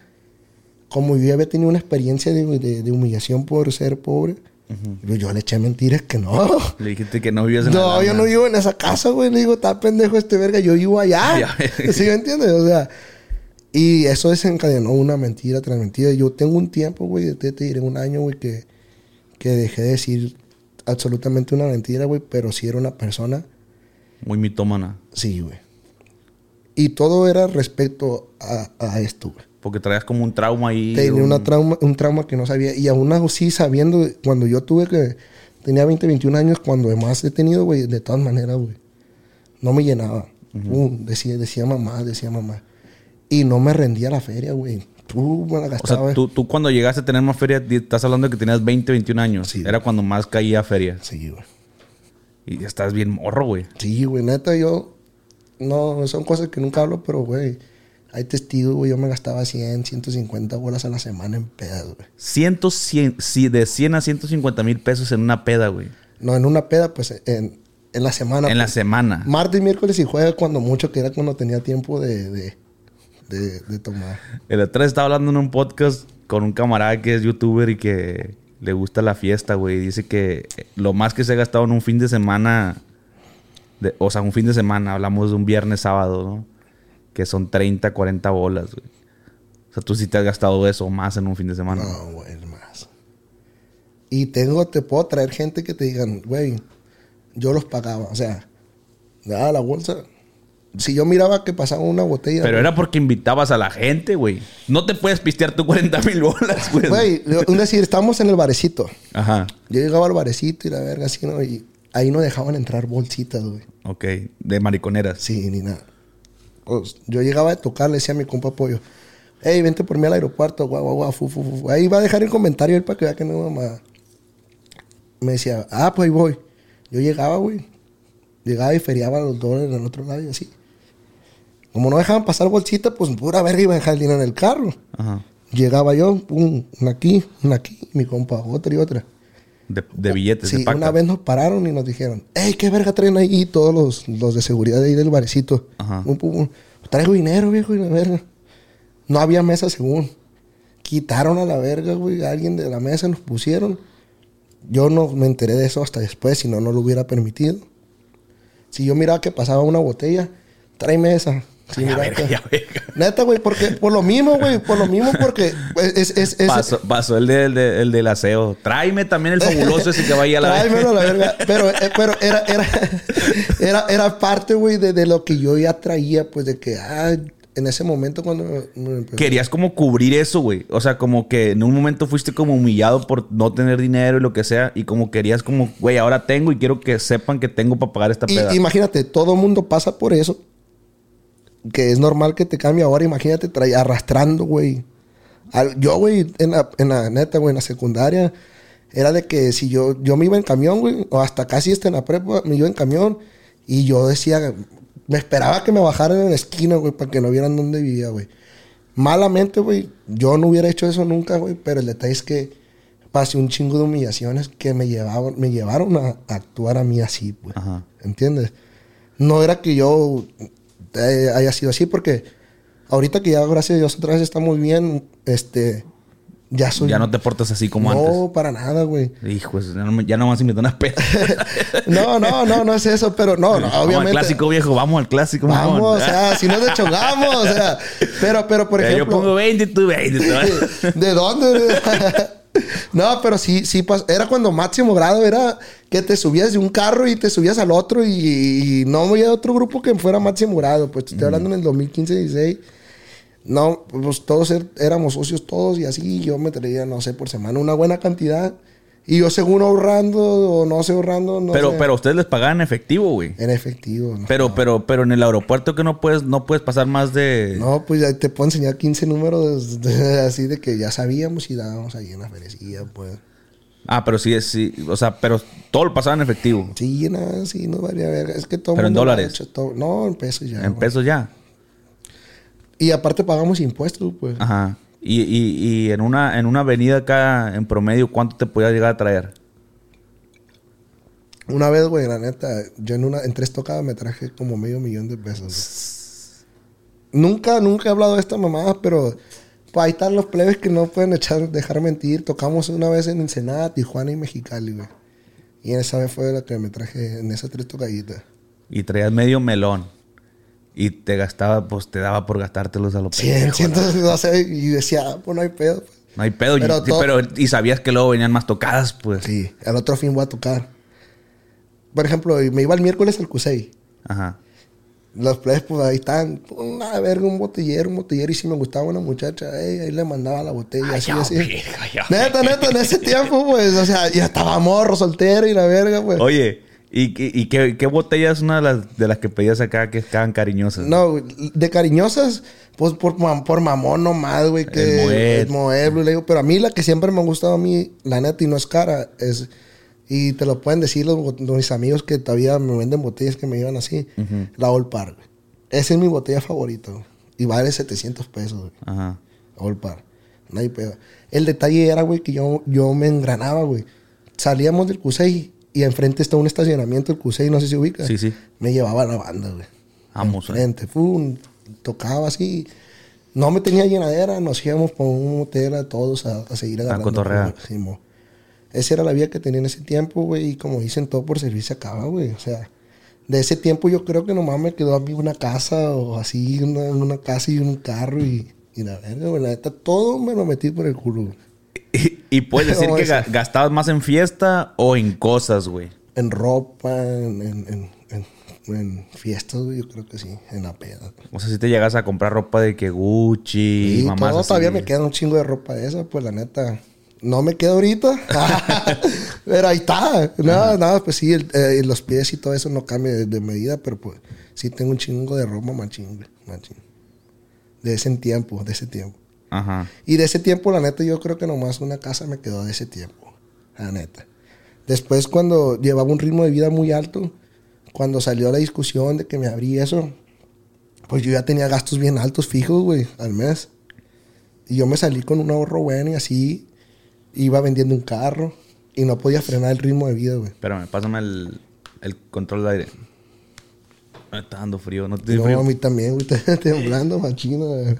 Speaker 3: como yo ya había tenido una experiencia de, de, de humillación por ser pobre, uh-huh. yo le eché mentiras que no.
Speaker 4: Le dijiste que no vivías en
Speaker 3: no,
Speaker 4: la No,
Speaker 3: yo no vivo en esa casa, güey. Le digo, está pendejo este verga, yo vivo allá. ¿Sí me entiendes? O sea... Y eso desencadenó una mentira tras mentira. Yo tengo un tiempo, güey, te, te diré un año, güey, que, que dejé de decir absolutamente una mentira, güey, pero sí era una persona...
Speaker 4: Muy mitómana.
Speaker 3: Sí, güey. Y todo era respecto a, a esto, güey.
Speaker 4: Porque traías como un trauma ahí.
Speaker 3: Tenía
Speaker 4: un...
Speaker 3: una trauma, un trauma que no sabía. Y aún así, sabiendo, cuando yo tuve que... Tenía veinte, veintiún años, cuando más he tenido, güey, de todas maneras, güey. No me llenaba. Uh-huh. uh, decía, decía mamá, decía mamá. Y no me rendía la feria, güey. Tú me la gastabas.
Speaker 4: O sea, tú, tú cuando llegaste a tener más feria, estás hablando de que tenías veinte, veintiún años.
Speaker 3: Sí,
Speaker 4: era cuando más caía feria.
Speaker 3: Sí, güey.
Speaker 4: Y estás bien morro, güey.
Speaker 3: Sí, güey. Neta, yo... No, son cosas que nunca hablo, pero, güey... Hay testigos, güey. Yo me gastaba cien, ciento cincuenta bolas a la semana en pedas, güey.
Speaker 4: Ciento, cien, sí, de cien a ciento cincuenta mil pesos en una peda, güey.
Speaker 3: No, en una peda, pues, en, en la semana.
Speaker 4: En
Speaker 3: pues,
Speaker 4: la semana.
Speaker 3: Martes, miércoles y jueves, cuando mucho, que era cuando tenía tiempo de... de De, de tomar.
Speaker 4: El otro día estaba hablando en un podcast con un camarada que es youtuber y que le gusta la fiesta, güey. Dice que lo más que se ha gastado en un fin de semana De, o sea, un fin de semana. Hablamos de un viernes, sábado, ¿no? Que son treinta, cuarenta bolas, güey. O sea, tú sí te has gastado eso o más en un fin de semana.
Speaker 3: No, güey, más. Y tengo, te puedo traer gente que te digan, güey, yo los pagaba. O sea, nada, la bolsa. Si yo miraba que pasaba una botella...
Speaker 4: Pero
Speaker 3: güey,
Speaker 4: era porque invitabas a la gente, güey. No te puedes pistear tú cuarenta mil bolas, güey.
Speaker 3: Güey, un decir, estábamos en el barecito.
Speaker 4: Ajá.
Speaker 3: Yo llegaba al barecito y la verga así, ¿no? Y ahí no dejaban entrar bolsitas, güey.
Speaker 4: Ok. De mariconeras.
Speaker 3: Sí, ni nada. Pues, yo llegaba a tocar, le decía a mi compa Pollo, hey, vente por mí al aeropuerto, guau, guau, guau, fu, fu, fu. Ahí va a dejar el comentario él para que vea que no mamá. Me decía, ah, pues ahí voy. Yo llegaba, güey. Llegaba y feriaba los dólares al otro lado y así. Como no dejaban pasar bolsita, pues pura verga iba a dejar el dinero en el carro.
Speaker 4: Ajá.
Speaker 3: Llegaba yo, pum, una aquí, una aquí, mi compa, otra y otra.
Speaker 4: De, de billetes,
Speaker 3: Sí,
Speaker 4: de paca.
Speaker 3: una vez nos pararon y nos dijeron, hey, ¿qué verga traen ahí todos los, los de seguridad de ahí del barecito?
Speaker 4: Ajá.
Speaker 3: Pum, pum, pum. Traigo dinero, viejo, y la verga. No había mesa según. Quitaron a la verga, güey, a alguien de la mesa, nos pusieron. Yo no me enteré de eso hasta después, si no, no lo hubiera permitido. Si yo miraba que pasaba una botella, tráeme esa. Sí,
Speaker 4: Ya
Speaker 3: mira,
Speaker 4: verga,
Speaker 3: que-
Speaker 4: ya verga.
Speaker 3: Neta, güey, porque por lo mismo, güey, por lo mismo, porque es, es, es,
Speaker 4: Pasó, pasó el, de, el, de- el del aseo. Tráeme también el fabuloso ese que vaya a la
Speaker 3: Tráemelo a la verga. Pero, eh, pero era, era, era, era parte, güey, de, de lo que yo ya traía, pues de que, ah, en ese momento cuando me, me empezó-
Speaker 4: Querías como cubrir eso, güey. O sea, como que en un momento fuiste como humillado por no tener dinero y lo que sea. Y como querías como, güey, ahora tengo y quiero que sepan que tengo para pagar esta
Speaker 3: Y-
Speaker 4: peda.
Speaker 3: imagínate, todo el mundo pasa por eso. Que es normal que te cambie ahora. Imagínate, trae, arrastrando, güey. Al- Yo, güey, en la, en la neta, güey, en la secundaria, era de que si yo, yo me iba en camión, güey, o hasta casi hasta en la prepa, me iba en camión y yo decía, me esperaba que me bajaran en la esquina, güey, para que no vieran dónde vivía, güey. Malamente, güey, yo no hubiera hecho eso nunca, güey, pero el detalle es que pasé un chingo de humillaciones que me llevaban, me llevaron a, a actuar a mí así, pues.
Speaker 4: Ajá.
Speaker 3: ¿Entiendes? No era que yo eh, haya sido así, porque ahorita que ya, gracias a Dios, otra vez está muy bien, este, ya soy...
Speaker 4: Ya no te portas así como
Speaker 3: no,
Speaker 4: antes.
Speaker 3: para nada, güey.
Speaker 4: Hijo, ya no, me- ya nomás invitó una peda.
Speaker 3: No, no, no, no es eso, pero no, no,
Speaker 4: Vamos al
Speaker 3: obviamente...
Speaker 4: clásico, viejo. Vamos al clásico.
Speaker 3: Vamos,
Speaker 4: mamón.
Speaker 3: o sea, si nos deschongamos, o sea, pero, pero, por
Speaker 4: Eh,
Speaker 3: ejemplo...
Speaker 4: Yo pongo veinte y tú veinte. ¿tú?
Speaker 3: ¿De dónde? No, pero sí, sí, pas- era cuando máximo grado era que te subías de un carro y te subías al otro y, y no había otro grupo que fuera máximo grado. Pues te estoy hablando en el dos mil quince, dieciséis. No, pues todos er- éramos socios todos y así yo me traía, no sé, por semana una buena cantidad. Y yo según ahorrando o no sé ahorrando, no
Speaker 4: pero,
Speaker 3: sé.
Speaker 4: pero ustedes les pagaban en efectivo, güey.
Speaker 3: En efectivo, ¿no?
Speaker 4: Pero, pero, pero en el aeropuerto que no puedes, no puedes pasar más de.
Speaker 3: No, pues ya te puedo enseñar quince números de- así de que ya sabíamos y dábamos ahí en la ferecilla, pues.
Speaker 4: Ah, pero sí, sí. O sea, pero todo lo pasaban en efectivo.
Speaker 3: Sí, nada, sí, no valía verga. Es que todo
Speaker 4: ¿Pero en
Speaker 3: mundo lo ha
Speaker 4: dólares?
Speaker 3: hecho, todo- No, en pesos ya.
Speaker 4: En
Speaker 3: güey.
Speaker 4: pesos ya.
Speaker 3: Y aparte pagamos impuestos, pues.
Speaker 4: Ajá. Y, y, y en una, en una avenida acá, en promedio, ¿cuánto te podía llegar a traer?
Speaker 3: Una vez, güey, la neta, yo en una en tres tocadas me traje como medio millón de pesos. güey. Nunca, nunca he hablado de esta mamada, pero pues, ahí están los plebes que no pueden echar, dejar mentir. Tocamos una vez en Ensenada, Tijuana y Mexicali, güey. Y esa vez fue la que me traje en esas tres tocaditas.
Speaker 4: Y traías medio melón. Y te gastaba, pues te daba por gastártelos a los
Speaker 3: cien, ciento, no sé, y decía, ah, pues no hay pedo. pues.
Speaker 4: No hay pedo.
Speaker 3: Pero
Speaker 4: y, sí,
Speaker 3: todo-
Speaker 4: pero, y sabías que luego venían más tocadas, pues.
Speaker 3: Sí, al otro fin voy a tocar. Por ejemplo, me iba el miércoles al Cusey.
Speaker 4: Ajá.
Speaker 3: Los plebes, pues ahí están, una verga, un botellero, un botellero. Y si me gustaba una muchacha, ey, ahí le mandaba la botella, así,
Speaker 4: ya,
Speaker 3: así.
Speaker 4: verga, ya,
Speaker 3: Neta, neta, en ese tiempo, pues, o sea, ya estaba morro, soltero y la verga, pues.
Speaker 4: Oye, ¿y, qué- y qué, qué botella es una de las, de las que pedías acá que estaban cariñosas?
Speaker 3: No, güey, de cariñosas, pues por, mam- por mamón nomás, güey, que
Speaker 4: El Moet.
Speaker 3: el Moeblo, le digo. Pero a mí la que siempre me ha gustado a mí, la neta, y no es cara, es... Y te lo pueden decir los, bot- mis amigos que todavía me venden botellas que me llevan así. La Old Par, güey. Esa es mi botella favorita, güey. Y vale setecientos pesos, güey.
Speaker 4: Ajá.
Speaker 3: Old Par. No hay pedo. El detalle era, güey, que yo, yo me engranaba, güey. Salíamos del Cusey y enfrente está un estacionamiento del Cusey, no sé si ubica.
Speaker 4: Sí, sí.
Speaker 3: Me llevaba la banda, güey.
Speaker 4: Vamos, eh.
Speaker 3: Enfrente. Fum, tocaba así. No me tenía llenadera, nos íbamos por un hotel a todos a, a seguir agarrando.
Speaker 4: cotorrear.
Speaker 3: güey. Sí, mo. Esa era la vida que tenía en ese tiempo, güey. Y como dicen, todo por servir se acaba, güey. O sea, De ese tiempo yo creo que nomás me quedó a mí una casa o así, una, una casa y un carro y, y la verga, güey. La neta, todo me lo metí por el culo, güey.
Speaker 4: Y, y puedes decir que ga- gastabas más en fiesta o en cosas, güey.
Speaker 3: En ropa, en, en, en, en, en fiestas, güey, yo creo que sí, en la peda.
Speaker 4: O sea, si te llegas a comprar ropa de que Gucci,
Speaker 3: Y
Speaker 4: mamás
Speaker 3: todo,
Speaker 4: así.
Speaker 3: todavía me queda un chingo de ropa de esa, pues la neta. No me queda ahorita, pero ahí está. Nada, nada, pues sí, el, eh, los pies y todo eso no cambia de, de medida, pero pues sí tengo un chingo de ropa machín, güey, machín. De ese tiempo, de ese tiempo.
Speaker 4: Ajá.
Speaker 3: Y de ese tiempo, la neta, yo creo que nomás una casa me quedó de ese tiempo, la neta. Después, cuando llevaba un ritmo de vida muy alto, cuando salió la discusión de que me abrí eso, pues yo ya tenía gastos bien altos fijos, güey, al mes. Y yo me salí con un ahorro bueno y así iba vendiendo un carro y no podía frenar el ritmo de vida, güey.
Speaker 4: Espérame, pásame el, el control de aire. Me está dando frío, ¿no te
Speaker 3: No,
Speaker 4: frío?
Speaker 3: a mí también, güey, estoy temblando, machino, güey.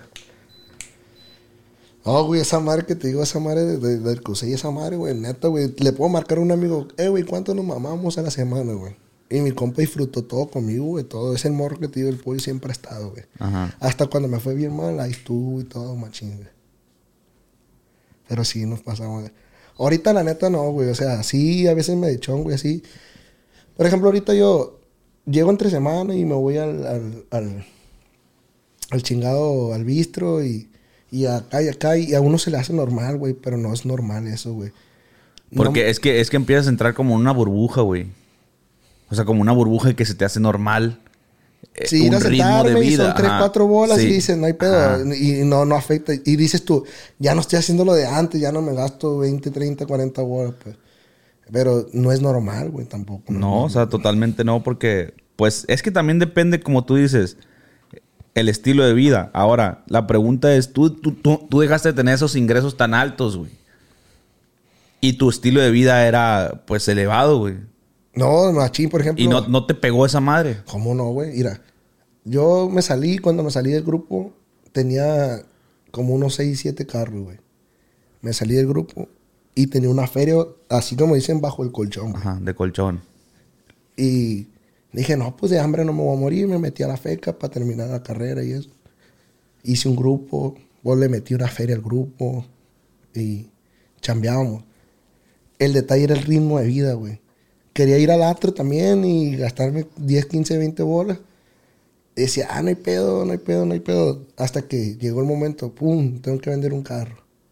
Speaker 3: No, güey, esa madre que te digo, esa madre de, de, del Cusey, esa madre, güey, neta, güey. Le puedo marcar a un amigo, eh, güey, ¿cuánto nos mamamos a la semana, güey? Y mi compa disfrutó todo conmigo, güey, todo. Ese morro que te digo, el pollo siempre ha estado, güey.
Speaker 4: Ajá.
Speaker 3: Hasta cuando me fue bien mal, ahí estuvo y todo, machín, güey. Pero sí, nos pasamos, güey. Ahorita, la neta, no, güey. O sea, sí, a veces me echó, güey, así. Por ejemplo, ahorita yo llego entre semana y me voy al, al, al, al chingado, al bistro y, y acá y acá. Y a uno se le hace normal, güey, pero no es normal eso, güey.
Speaker 4: Porque
Speaker 3: No,
Speaker 4: es que es que empiezas a entrar como en una burbuja, güey. O sea, como una burbuja que se te hace normal. Eh,
Speaker 3: sí, ir a
Speaker 4: un ritmo de
Speaker 3: sentarme y
Speaker 4: vida.
Speaker 3: son tres,
Speaker 4: Ajá.
Speaker 3: cuatro bolas
Speaker 4: Sí.
Speaker 3: y dices, no hay pedo.
Speaker 4: Ajá.
Speaker 3: Y no, no afecta. Y dices tú, ya no estoy haciendo lo de antes, ya no me gasto veinte, treinta, cuarenta bolas, pues. Pero no es normal, güey, tampoco.
Speaker 4: No, o sea, totalmente no, porque pues es que también depende, como tú dices, el estilo de vida. Ahora, la pregunta es, ¿tú, tú, tú, tú dejaste de tener esos ingresos tan altos, güey? Y tu estilo de vida era, pues, elevado, güey.
Speaker 3: No, machín, por ejemplo.
Speaker 4: Y no, no te pegó esa madre.
Speaker 3: ¿Cómo no, güey? Mira, yo me salí, cuando me salí del grupo, tenía como unos seis, siete carros, güey. Me salí del grupo y tenía una feria, así como dicen, bajo el colchón, güey.
Speaker 4: Ajá, de colchón.
Speaker 3: Y dije, no, pues de hambre no me voy a morir. Me metí a la feca para terminar la carrera y eso. Hice un grupo, vos le metí una feria al grupo y chambeábamos. El detalle era el ritmo de vida, güey. Quería ir al atro también y gastarme diez, quince, veinte bolas. Y decía, ah, no hay pedo, no hay pedo, no hay pedo. Hasta que llegó el momento, pum, tengo que vender un carro.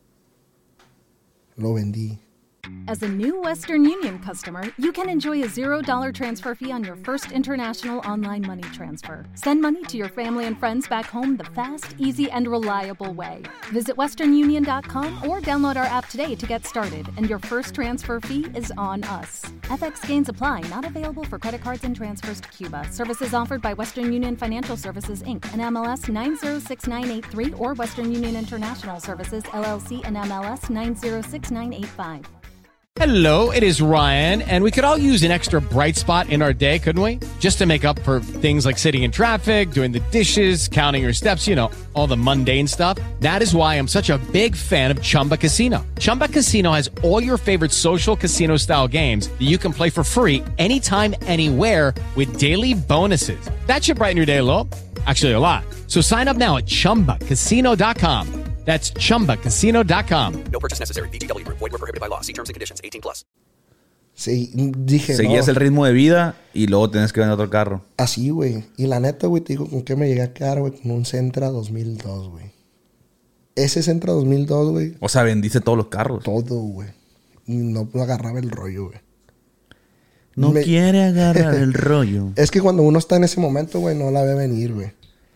Speaker 3: Lo vendí.
Speaker 5: As a new Western Union customer, you can enjoy a zero dollar transfer fee on your first international online money transfer. Send money to your family and friends back home the fast, easy, and reliable way. Visit western union dot com or download our app today to get started, and your first transfer fee is on us. F X gains apply, not available for credit cards and transfers to Cuba. Services offered by Western Union Financial Services, Incorporated, and M L S nine zero six nine eight three, or Western Union International Services, L L C, and M L S nine zero six nine eight five.
Speaker 6: Hello, it is Ryan, and we could all use an extra bright spot in our day, couldn't we? Just to make up for things like sitting in traffic, doing the dishes, counting your steps, you know, all the mundane stuff. That is why I'm such a big fan of Chumba Casino. Chumba Casino has all your favorite social casino-style games that you can play for free anytime, anywhere with daily bonuses. That should brighten your day a little. Actually, a lot. So sign up now at chumba casino dot com. That's chumba casino dot com.
Speaker 7: No purchase necessary. V G W Group. Void where prohibited by law. See terms and conditions. eighteen plus.
Speaker 3: Sí, dije,
Speaker 4: Seguías
Speaker 3: no.
Speaker 4: el ritmo de vida y luego tenés que vender otro carro.
Speaker 3: Así, güey. Y la neta, güey, te digo, ¿con qué me llegué a quedar, güey? Con un Sentra dos mil dos, güey. Ese Sentra dos mil dos, güey.
Speaker 4: O sea, vendiste todos los carros.
Speaker 3: Todo, güey. Y no agarraba el rollo, güey.
Speaker 4: No
Speaker 3: Me-
Speaker 4: quiere agarrar el rollo.
Speaker 3: Es que cuando uno está en ese momento, güey, no la ve venir, güey.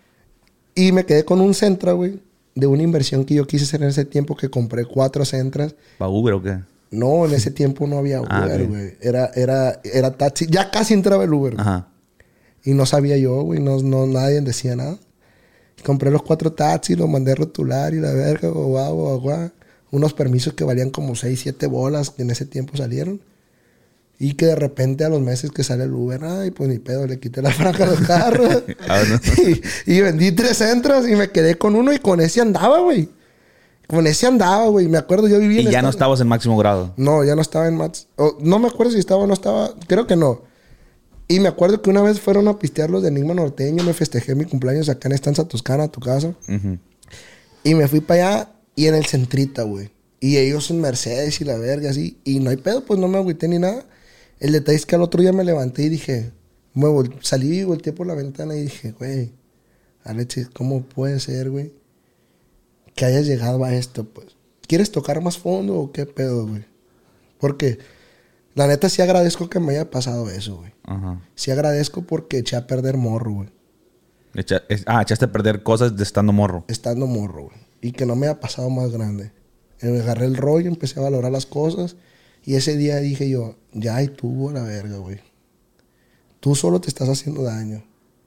Speaker 3: Y me quedé con un Sentra, güey, de una inversión que yo quise hacer en ese tiempo, que compré cuatro Sentras.
Speaker 4: ¿Para Uber o qué?
Speaker 3: No, en ese tiempo no había
Speaker 4: Ah,
Speaker 3: Uber,
Speaker 4: ok.
Speaker 3: güey. Era, era, era taxi. Ya casi entraba el Uber, güey.
Speaker 4: Ajá.
Speaker 3: Y no sabía yo, güey. No, no, nadie decía nada. Compré los cuatro taxis, los mandé a rotular y la verga, guau, guau, guau. Unos permisos que valían como seis, siete bolas que en ese tiempo salieron. Y que de repente a los meses que sale el Uber, ay, pues ni pedo, le quité la franja a los carros.
Speaker 4: Ah, no.
Speaker 3: y, y vendí tres Sentras y me quedé con uno y con ese andaba, güey. Con ese andaba, güey. Me acuerdo, yo vivía
Speaker 4: Y
Speaker 3: en
Speaker 4: ya no
Speaker 3: esta-
Speaker 4: estabas en máximo grado.
Speaker 3: No, ya no estaba en Mats. O, no me acuerdo si estaba o no estaba. Creo que no. Y me acuerdo que una vez fueron a pistear los de Enigma Norteño. Me festejé mi cumpleaños acá en Estanza Toscana, tu casa. Uh-huh. Y me fui para allá y en el Centrita, güey. Y ellos en Mercedes y la verga, así. Y no hay pedo, pues no me agüité ni nada. El detalle es que al otro día me levanté y dije... Me vol- salí y volteé por la ventana y dije, güey... Alexis, ¿cómo puede ser, güey? Que hayas llegado a esto, pues. ¿Quieres tocar más fondo o qué pedo, güey? Porque... La neta sí agradezco que me haya pasado eso, güey. Ajá. Sí agradezco porque eché a perder morro, güey.
Speaker 4: Echa, es, ah, echaste a perder cosas de estando morro.
Speaker 3: Estando morro, güey. Y que no me haya pasado más grande. Me agarré el rollo, empecé a valorar las cosas. Y ese día dije yo, ya, y tú a la verga, güey. Tú solo te estás haciendo daño.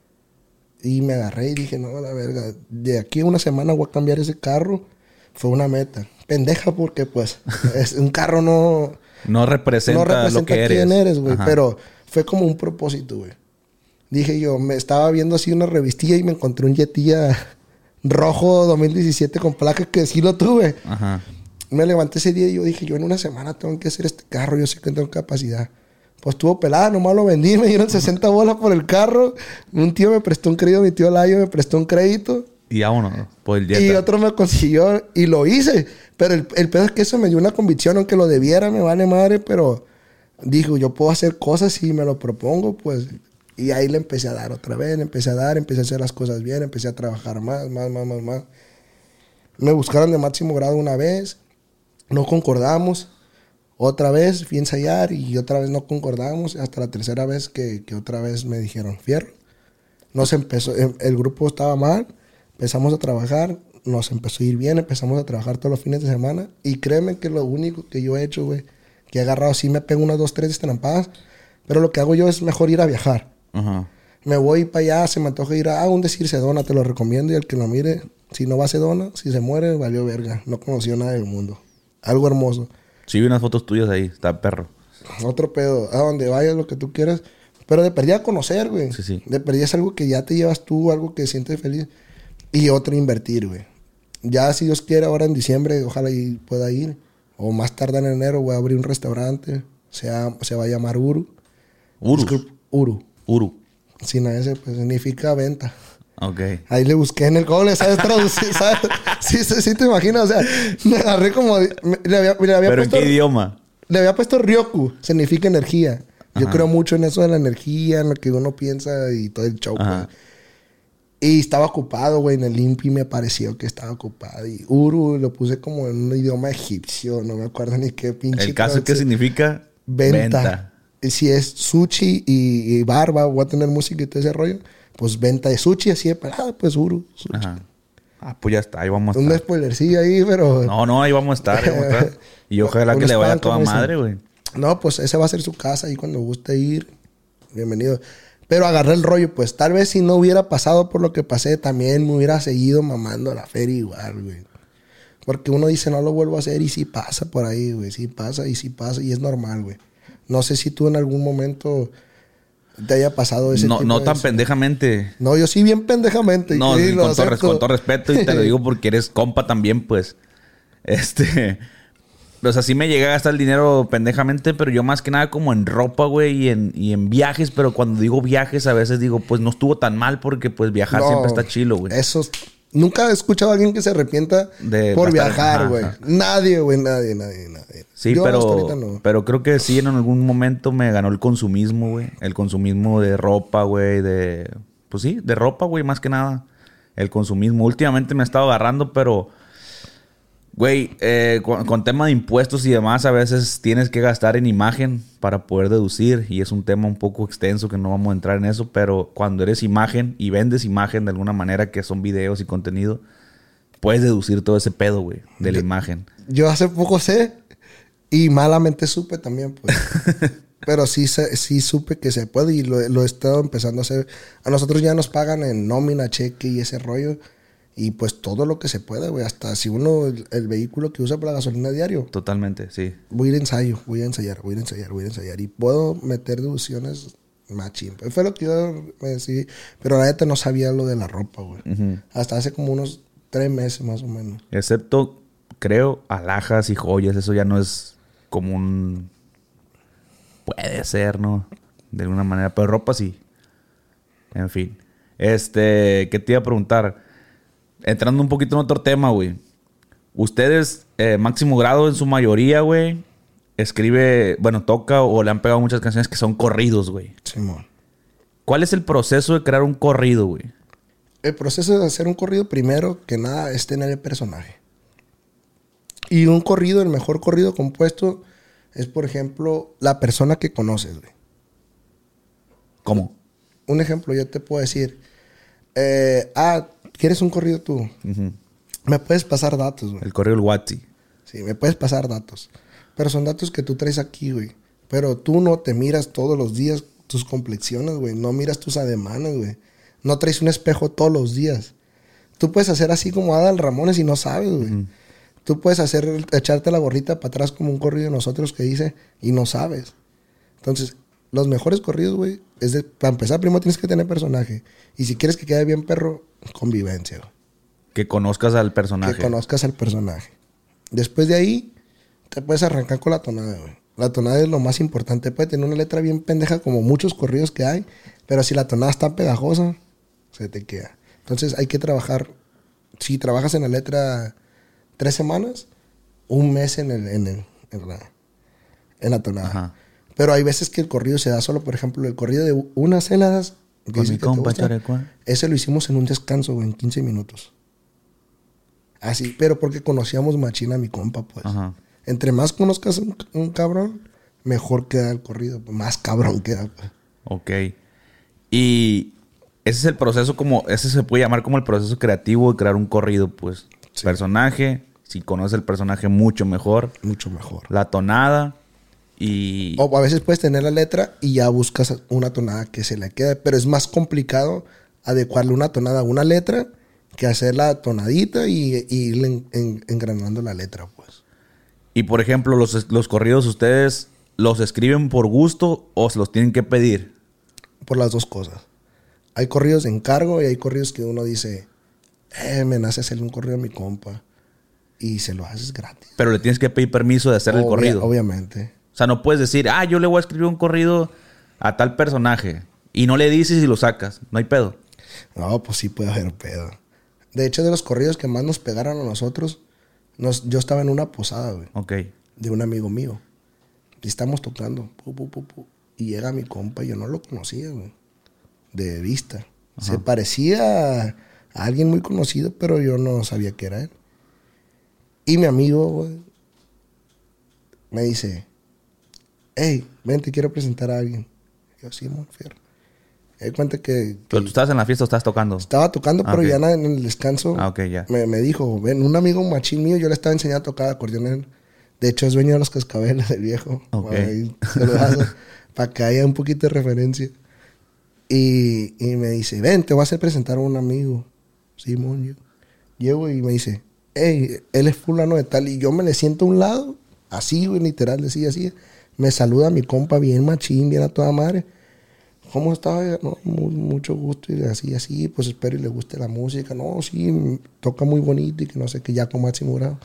Speaker 3: Y me agarré y dije, no, a la verga. De aquí a una semana voy a cambiar ese carro. Fue una meta. Pendeja porque, pues, es un carro no...
Speaker 4: No representa,
Speaker 3: no representa
Speaker 4: lo que eres.
Speaker 3: quién eres, güey. Pero fue como un propósito, güey. Dije yo, me estaba viendo así una revistilla y me encontré un Jetilla rojo dos mil diecisiete con placa que sí lo tuve. Ajá. Me levanté ese día y yo dije, yo en una semana tengo que hacer este carro. Yo sé que tengo capacidad. Pues estuvo pelada, nomás lo vendí. Me dieron sesenta bolas por el carro. Un tío me prestó un crédito, mi tío Layo me prestó un crédito.
Speaker 4: Y vámonos, por el Jetta.
Speaker 3: Y otro me consiguió y lo hice. Pero el, el pedo es que eso me dio una convicción, aunque lo debiera, me vale madre, pero dijo, yo puedo hacer cosas si me lo propongo, pues. Y ahí le empecé a dar otra vez, le empecé a dar, empecé a hacer las cosas bien, empecé a trabajar más, más, más, más, más. Me buscaron de máximo grado una vez, no concordamos. Otra vez fui a ensayar y otra vez no concordamos. Hasta la tercera vez que, que otra vez me dijeron, fierro. Nos empezó, el, el grupo estaba mal, empezamos a trabajar. Nos empezó a ir bien, empezamos a trabajar todos los fines de semana. Y créeme que lo único que yo he hecho, güey, que he agarrado, sí me pego unas dos, tres estrampadas. Pero lo que hago yo es mejor ir a viajar. Uh-huh. Me voy para allá, se me antoja ir a ah, un decir Sedona, te lo recomiendo. Y el que lo mire, si no va a Sedona, si se muere, valió verga. No conoció nada del mundo. Algo hermoso.
Speaker 4: Sí, vi unas fotos tuyas ahí, está perro.
Speaker 3: Otro pedo, a donde vayas, lo que tú quieras. Pero de perdida a conocer, güey.
Speaker 4: Sí, sí.
Speaker 3: De perdida es algo que ya te llevas tú, algo que sientes feliz. Y otro, invertir, güey. Ya, si Dios quiere, ahora en diciembre, ojalá y pueda ir. O más tarde en enero voy a abrir un restaurante. Se, ha, se va a llamar Uru.
Speaker 4: Uru.
Speaker 3: Uru.
Speaker 4: Uru.
Speaker 3: Sin a ese, pues significa venta.
Speaker 4: Ok.
Speaker 3: Ahí le busqué en el Google, ¿sabes traducir? ¿Sabes? Sí, sí, sí, te imaginas. O sea, me agarré como... Me, le había, le había
Speaker 4: ¿Pero
Speaker 3: puesto,
Speaker 4: en qué idioma?
Speaker 3: Le había puesto Ryoku. Significa energía. Yo
Speaker 4: Ajá.
Speaker 3: creo mucho en eso de la energía, en lo que uno piensa y todo el show. Pues. Y estaba ocupado, güey. En el Impi me pareció que estaba ocupado. Y Uru lo puse como en un idioma egipcio. No me acuerdo ni qué pinche...
Speaker 4: ¿El caso qué significa?
Speaker 3: Venta.
Speaker 4: Venta.
Speaker 3: Y si es sushi y, y barba, voy a tener música y todo ese rollo. Pues venta de sushi, así de pelada. Pues Uru. Sushi.
Speaker 4: Ajá. Ah, pues ya está. Ahí vamos a
Speaker 3: Un
Speaker 4: estar.
Speaker 3: spoilercillo ahí, pero...
Speaker 4: No, no. Ahí vamos a estar. Ahí vamos a estar. Y ojalá que le vaya a toda madre, güey.
Speaker 3: No, pues ese va a ser su casa. Y cuando guste ir, bienvenido. Pero agarré el rollo, pues tal vez si no hubiera pasado por lo que pasé, también me hubiera seguido mamando a la feria igual, güey. Porque uno dice, no lo vuelvo a hacer y sí pasa por ahí, güey. Sí pasa y sí pasa y es normal, güey. No sé si tú en algún momento te haya pasado ese
Speaker 4: no,
Speaker 3: tipo
Speaker 4: No
Speaker 3: de
Speaker 4: tan
Speaker 3: eso.
Speaker 4: pendejamente.
Speaker 3: No, yo sí bien pendejamente.
Speaker 4: No,
Speaker 3: sí,
Speaker 4: sí,
Speaker 3: lo
Speaker 4: con, todo, res-
Speaker 3: acepto.
Speaker 4: con todo respeto y te lo digo porque eres compa también, pues. Este... O sea, sí me llegué a gastar el dinero pendejamente, pero yo más que nada como en ropa, güey, y en, y en viajes. Pero cuando digo viajes, a veces digo, pues no estuvo tan mal porque pues viajar
Speaker 3: No,
Speaker 4: siempre está chilo, güey.
Speaker 3: Eso... Nunca he escuchado a alguien que se arrepienta
Speaker 4: De
Speaker 3: por
Speaker 4: gastar-
Speaker 3: viajar,
Speaker 4: ajá,
Speaker 3: güey.
Speaker 4: ajá.
Speaker 3: Nadie, güey. Nadie, nadie, nadie.
Speaker 4: Sí,
Speaker 3: Yo hasta
Speaker 4: pero,
Speaker 3: ahorita no.
Speaker 4: pero creo que sí en algún momento me ganó el consumismo, güey. El consumismo de ropa, güey, de... Pues sí, de ropa, güey, más que nada. El consumismo. Últimamente me ha estado agarrando, pero... Güey, eh, con, con tema de impuestos y demás, a veces tienes que gastar en imagen para poder deducir. Y es un tema un poco extenso que no vamos a entrar en eso. Pero cuando eres imagen y vendes imagen de alguna manera, que son videos y contenido, puedes deducir todo ese pedo, güey, de la
Speaker 3: Yo-
Speaker 4: imagen.
Speaker 3: Yo hace poco sé y malamente supe también, pues. Pero sí, sé- sí supe que se puede y lo, lo he estado empezando a hacer. A nosotros ya nos pagan en nómina, cheque y ese rollo. Y pues todo lo que se pueda, güey. Hasta si uno, el, el vehículo que usa para la gasolina diario.
Speaker 4: Totalmente, sí.
Speaker 3: Voy a ir a ensayo, voy a ensayar, voy a ensayar, voy a ensayar. Y puedo meter deducciones machín. Pues fue lo que yo me decidí. Pero la neta no sabía lo de la ropa, güey.
Speaker 4: Ujú.
Speaker 3: Hasta hace como unos tres meses más o menos.
Speaker 4: Excepto, creo, alhajas y joyas. Eso ya no es como un... Puede ser, ¿no? De alguna manera. Pero ropa sí. En fin. Este... ¿Qué te iba a preguntar? Entrando un poquito en otro tema, güey. Ustedes, eh, máximo grado en su mayoría, güey, escribe... Bueno, toca o le han pegado muchas canciones que son corridos, güey.
Speaker 3: Simón.
Speaker 4: ¿Cuál es el proceso de crear un corrido, güey?
Speaker 3: El proceso de hacer un corrido, primero que nada, es tener el personaje. Y un corrido, el mejor corrido compuesto, es, por ejemplo, la persona que conoces, güey.
Speaker 4: ¿Cómo?
Speaker 3: Un ejemplo, yo te puedo decir... Eh, ah, ¿quieres un corrido tú?
Speaker 4: Uh-huh.
Speaker 3: Me puedes pasar datos, güey.
Speaker 4: El corrido del Watsi.
Speaker 3: Sí, me puedes pasar datos. Pero son datos que tú traes aquí, güey. Pero tú no te miras todos los días tus complexiones, güey. No miras tus ademanes, güey. No traes un espejo todos los días. Tú puedes hacer así como Adal Ramones y no sabes, güey. Uh-huh. Tú puedes hacer, echarte la gorrita para atrás como un corrido de nosotros que dice y no sabes. Entonces, los mejores corridos, güey, es de... Para empezar, primero tienes que tener personaje. Y si quieres que quede bien perro, convivencia, güey.
Speaker 4: Que conozcas al personaje.
Speaker 3: Que conozcas al personaje. Después de ahí, te puedes arrancar con la tonada, güey. La tonada es lo más importante. Puede tener una letra bien pendeja como muchos corridos que hay, pero si la tonada está pegajosa, se te queda. Entonces hay que trabajar. Si trabajas en la letra tres semanas, un mes en, el, en, el, en, la, en la tonada. Ajá. Pero hay veces que el corrido se da solo, por ejemplo, el corrido de unas céladas.
Speaker 4: Con mi compa Chorecua.
Speaker 3: Ese lo hicimos en un descanso, güey, en quince minutos. Así, pero porque conocíamos machina a mi compa, pues. Ajá. Entre más conozcas un, un cabrón, mejor queda el corrido. Más cabrón queda, pues.
Speaker 4: Ok. Y ese es el proceso como... Ese se puede llamar como el proceso creativo de crear un corrido, pues. Sí. Personaje. Si conoces el personaje, mucho mejor.
Speaker 3: Mucho mejor.
Speaker 4: La tonada. Y...
Speaker 3: O a veces puedes tener la letra y ya buscas una tonada que se le quede. Pero es más complicado adecuarle una tonada a una letra... que hacer la tonadita y, y ir en, en, engranando la letra, pues.
Speaker 4: Y, por ejemplo, los, los corridos, ¿ustedes los escriben por gusto o se los tienen que pedir?
Speaker 3: Por las dos cosas. Hay corridos de encargo y hay corridos que uno dice, eh, me nace hacerle un corrido a mi compa. Y se lo haces gratis.
Speaker 4: Pero le tienes que pedir permiso de hacer Obvia, el corrido.
Speaker 3: Obviamente.
Speaker 4: O sea, no puedes decir, ah, yo le voy a escribir un corrido a tal personaje. Y no le dices y lo sacas. No hay pedo.
Speaker 3: No, pues sí puede haber pedo. De hecho, de los corridos que más nos pegaron a nosotros, nos, yo estaba en una posada, güey.
Speaker 4: Ok.
Speaker 3: De un amigo mío. Y estamos tocando. Pu, pu, pu, pu, y llega mi compa y yo no lo conocía, güey. De vista. Ajá. Se parecía a, a alguien muy conocido, pero yo no sabía que era él. Y mi amigo, güey, me dice, hey, ven, te quiero presentar a alguien. Yo, sí, mon, fierro. Me di cuenta que, que...
Speaker 4: ¿Pero tú estabas en la fiesta o estabas tocando?
Speaker 3: Estaba tocando,
Speaker 4: ah,
Speaker 3: pero
Speaker 4: okay.
Speaker 3: ya en el descanso
Speaker 4: ah, okay, ya.
Speaker 3: me, me dijo, ven, un amigo machín mío, yo le estaba enseñando a tocar acordeón. De hecho, es dueño de los cascabeles, el viejo.
Speaker 4: Okay.
Speaker 3: Para que haya un poquito de referencia. Y, y me dice, ven, te voy a hacer presentar a un amigo. Simón, yo. Llego y me dice, hey, él es fulano de tal. Y yo me le siento a un lado, así, güey, literal, decía así. Me saluda mi compa bien machín, bien a toda madre. ¿Cómo estaba? No, muy, mucho gusto. Y así, así, pues espero y le guste la música. No, sí, toca muy bonito y que no sé qué, ya con máximo grado.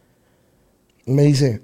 Speaker 3: Me dice,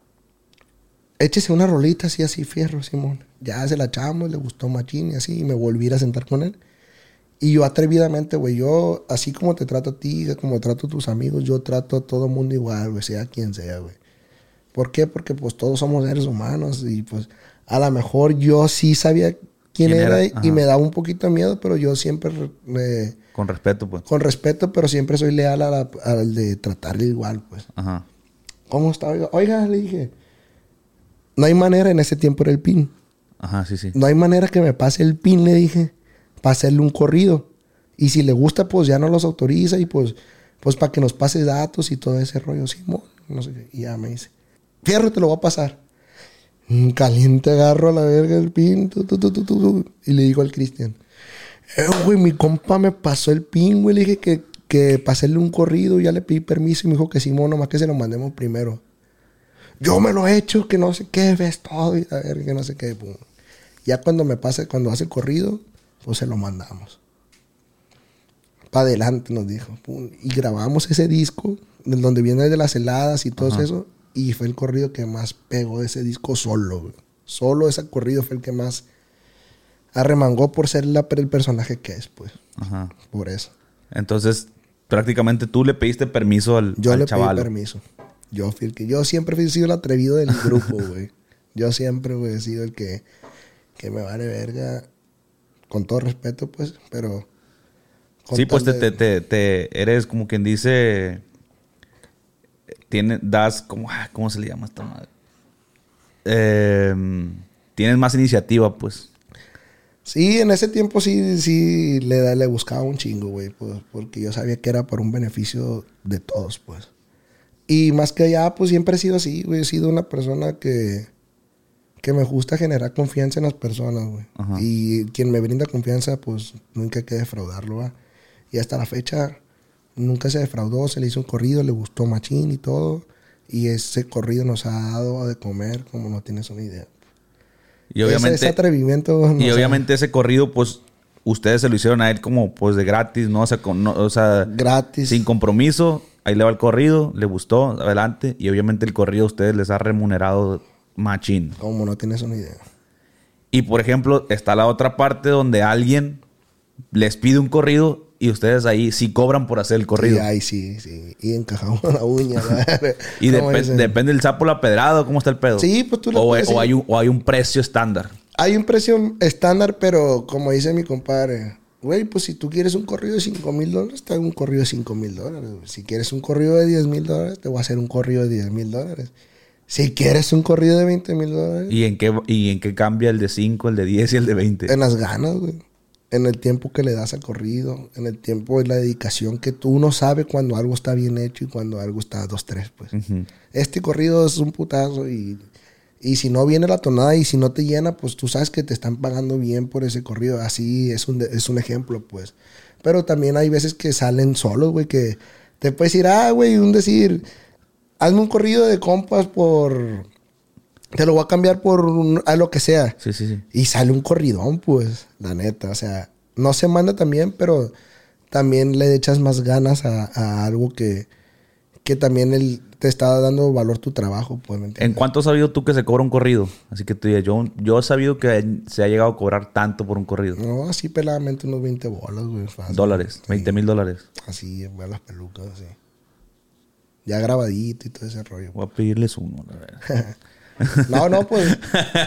Speaker 3: échese una rolita así, así, fierro, Simón. Ya se la echamos, le gustó machín y así. Y me volví a ir a sentar con él. Y yo atrevidamente, güey, yo, así como te trato a ti, como trato a tus amigos, yo trato a todo mundo igual, güey, sea quien sea, güey. ¿Por qué? Porque pues todos somos seres humanos y pues a lo mejor yo sí sabía quién, ¿Quién era, era? Y me daba un poquito de miedo, pero yo siempre me...
Speaker 4: Con respeto, pues.
Speaker 3: Con respeto, pero siempre soy leal a la, al de tratarle igual, pues.
Speaker 4: Ajá.
Speaker 3: ¿Cómo está? Oiga, le dije, no hay manera, en ese tiempo era el pin.
Speaker 4: Ajá, sí, sí.
Speaker 3: No hay manera que me pase el pin, le dije, para hacerle un corrido. Y si le gusta, pues ya no los autoriza y pues, pues para que nos pase datos y todo ese rollo. Simón, no sé qué. Y ya me dice, fierro, te lo voy a pasar. Caliente agarro a la verga el pin. Tu, tu, tu, tu, tu, y le digo al Cristian, eh, güey, mi compa me pasó el pin, güey. Le dije que, que para hacerle un corrido, ya le pedí permiso y me dijo que Simón, nomás que se lo mandemos primero. Yo me lo he hecho, que no sé qué, ves todo, y a ver, que no sé qué. Pum. Ya cuando me pase, cuando hace el corrido, pues se lo mandamos. Para adelante, nos dijo. Pum. Y grabamos ese disco, donde viene de las heladas y todo Ajá. eso. Y fue el corrido que más pegó de ese disco solo, güey. Solo ese corrido fue el que más arremangó por ser la, el personaje que es, pues.
Speaker 4: Ajá.
Speaker 3: Por eso.
Speaker 4: Entonces, prácticamente tú le pediste permiso al,
Speaker 3: Yo
Speaker 4: al
Speaker 3: le
Speaker 4: chaval.
Speaker 3: pedí permiso. Yo, fui el que, yo siempre he sido el atrevido del grupo, güey. Yo siempre, güey, he sido el que, que me vale verga. Con todo respeto, pues, pero...
Speaker 4: Sí, pues te,
Speaker 3: de...
Speaker 4: te, te, te eres como quien dice... Tiene, das como... ¿Cómo se le llama esta madre? Eh, tienes más iniciativa, pues.
Speaker 3: Sí, en ese tiempo sí, sí le, le buscaba un chingo, güey. Pues, porque yo sabía que era por un beneficio de todos, pues. Y más que allá, pues siempre he sido así, güey. He sido una persona que... Que me gusta generar confianza en las personas, güey. Y quien me brinda confianza, pues nunca hay que defraudarlo, ¿va? Y hasta la fecha nunca se defraudó. Se le hizo un corrido, le gustó machín y todo. Y ese corrido nos ha dado de comer como no tienes una idea.
Speaker 4: Y obviamente...
Speaker 3: Ese, ese atrevimiento...
Speaker 4: Y obviamente ese corrido, pues... Ustedes se lo hicieron a él como, pues, de gratis, ¿no? O sea, con, no, o sea...
Speaker 3: Gratis.
Speaker 4: Sin compromiso. Ahí le va el corrido. Le gustó. Adelante. Y obviamente el corrido a ustedes les ha remunerado... machín.
Speaker 3: Como no tienes una idea.
Speaker 4: Y por ejemplo, está la otra parte donde alguien les pide un corrido y ustedes ahí sí cobran por hacer el corrido.
Speaker 3: Sí, ahí sí, sí. Y encajamos la uña.
Speaker 4: Y dep depende del sapo la pedrada, ¿cómo está el pedo?
Speaker 3: Sí, pues tú le
Speaker 4: o,
Speaker 3: puedes
Speaker 4: o, hay un, o hay un precio estándar.
Speaker 3: Hay un precio estándar, pero como dice mi compadre, güey, pues si tú quieres un corrido de cinco mil dólares, te hago un corrido de cinco mil dólares. Si quieres un corrido de diez mil dólares, te voy a hacer un corrido de diez mil dólares. Si quieres un corrido de veinte mil dólares.
Speaker 4: ¿Y en, qué, ¿Y en qué cambia el de cinco, el de diez y el de veinte?
Speaker 3: En las ganas, güey. En el tiempo que le das al corrido. En el tiempo de la dedicación que tú no sabes cuando algo está bien hecho y cuando algo está dos, tres, pues. Uh-huh. Este corrido es un putazo y, y si no viene la tonada y si no te llena, pues tú sabes que te están pagando bien por ese corrido. Así es un, es un ejemplo, pues. Pero también hay veces que salen solos, güey, que te puedes decir, ah, güey, un decir... Hazme un corrido de compas por... Te lo voy a cambiar por un, a lo que sea.
Speaker 4: Sí, sí, sí.
Speaker 3: Y sale un corridón, pues. La neta. O sea, no se manda también, pero también le echas más ganas a, a algo que, que también él te está dando valor tu trabajo, pues. ¿Me entiendes?
Speaker 4: ¿En cuánto has sabido tú que se cobra un corrido? Así que tú digas, yo, yo he sabido que se ha llegado a cobrar tanto por un corrido.
Speaker 3: No, así peladamente unos veinte bolas, güey. Fácil.
Speaker 4: Dólares.
Speaker 3: Sí.
Speaker 4: veinte mil dólares.
Speaker 3: Así, güey, las pelucas, así. Ya grabadito y todo ese rollo.
Speaker 4: Voy a pedirles uno, la verdad.
Speaker 3: No, no, pues.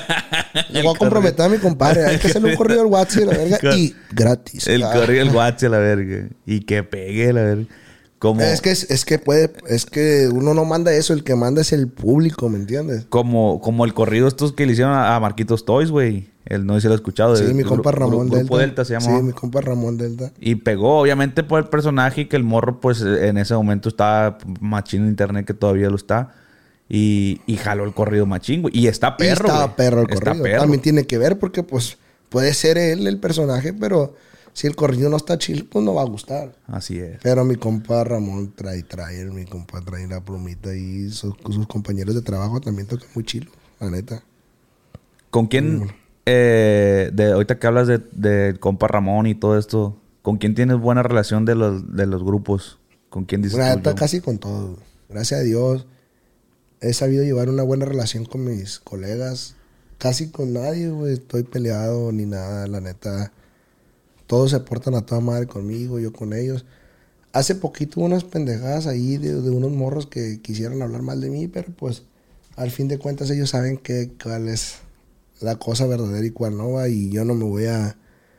Speaker 3: Me voy a comprometer a mi compadre. Hay que hacerle un corrido al WhatsApp, la verga. Y gratis.
Speaker 4: El
Speaker 3: claro.
Speaker 4: corrido al WhatsApp, la verga. Y que pegue, la verga. Como,
Speaker 3: es que es que puede, es que uno no manda eso, el que manda es el público, ¿me entiendes?
Speaker 4: Como, como el corrido estos que le hicieron a, a Marquitos Toys, güey. Él no sé si lo ha escuchado.
Speaker 3: Sí,
Speaker 4: de,
Speaker 3: mi compa Ramón
Speaker 4: Delta. Grupo Delta se llamaba.
Speaker 3: Sí, mi compa Ramón Delta.
Speaker 4: Y pegó, obviamente, por el personaje y que el morro, pues, en ese momento estaba machín en internet, que todavía lo está. Y, y jaló el corrido machín, güey. Y está perro,
Speaker 3: y está
Speaker 4: güey.
Speaker 3: perro el
Speaker 4: está
Speaker 3: corrido.
Speaker 4: Perro.
Speaker 3: También tiene que ver porque, pues, puede ser él el personaje, pero si el corrido no está chill, pues no va a gustar.
Speaker 4: Así es.
Speaker 3: Pero mi compa Ramón trae, trae, mi compa trae la plumita y sus, sus compañeros de trabajo también tocan muy chilo, la neta.
Speaker 4: ¿Con quién, mm. eh, de ahorita que hablas de, de compa Ramón y todo esto, con quién tienes buena relación de los, de los grupos? ¿Con quién dices
Speaker 3: La
Speaker 4: tú,
Speaker 3: neta,
Speaker 4: yo?
Speaker 3: casi con todo. Gracias a Dios he sabido llevar una buena relación con mis colegas. Casi con nadie, güey, estoy peleado ni nada, la neta. Todos se portan a toda madre conmigo, yo con ellos. Hace poquito hubo unas pendejadas ahí de, de unos morros que quisieron hablar mal de mí, pero pues al fin de cuentas ellos saben que, cuál es la cosa verdadera y cuál no va. Y yo no me voy a...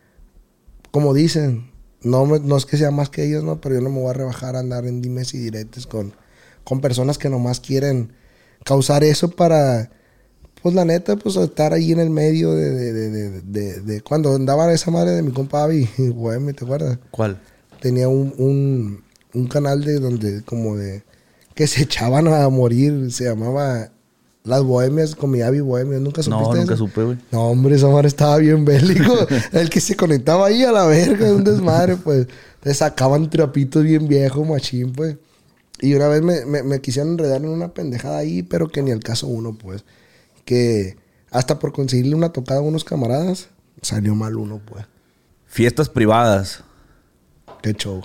Speaker 3: Como dicen, no, me, no es que sea más que ellos, no, pero yo no me voy a rebajar a andar en dimes y diretes con, con personas que nomás quieren causar eso para... Pues la neta, pues estar ahí en el medio de... de, de, de, de, de cuando andaba esa madre de mi compa Abby, güey, ¿te acuerdas?
Speaker 4: ¿Cuál?
Speaker 3: Tenía un, un, un canal de donde como de... Que se echaban a morir, se llamaba... Las Bohemias con mi Abby Bohemia. ¿Nunca supiste
Speaker 4: No, nunca
Speaker 3: eso?
Speaker 4: supe, güey.
Speaker 3: No, hombre, esa madre estaba bien bélico. El que se conectaba ahí a la verga de un desmadre, pues. Le sacaban trapitos bien viejos, machín, pues. Y una vez me, me, me quisieron enredar en una pendejada ahí, pero que ni al caso uno, pues. Que hasta por conseguirle una tocada a unos camaradas, salió mal uno, pues.
Speaker 4: Fiestas privadas.
Speaker 3: Qué show.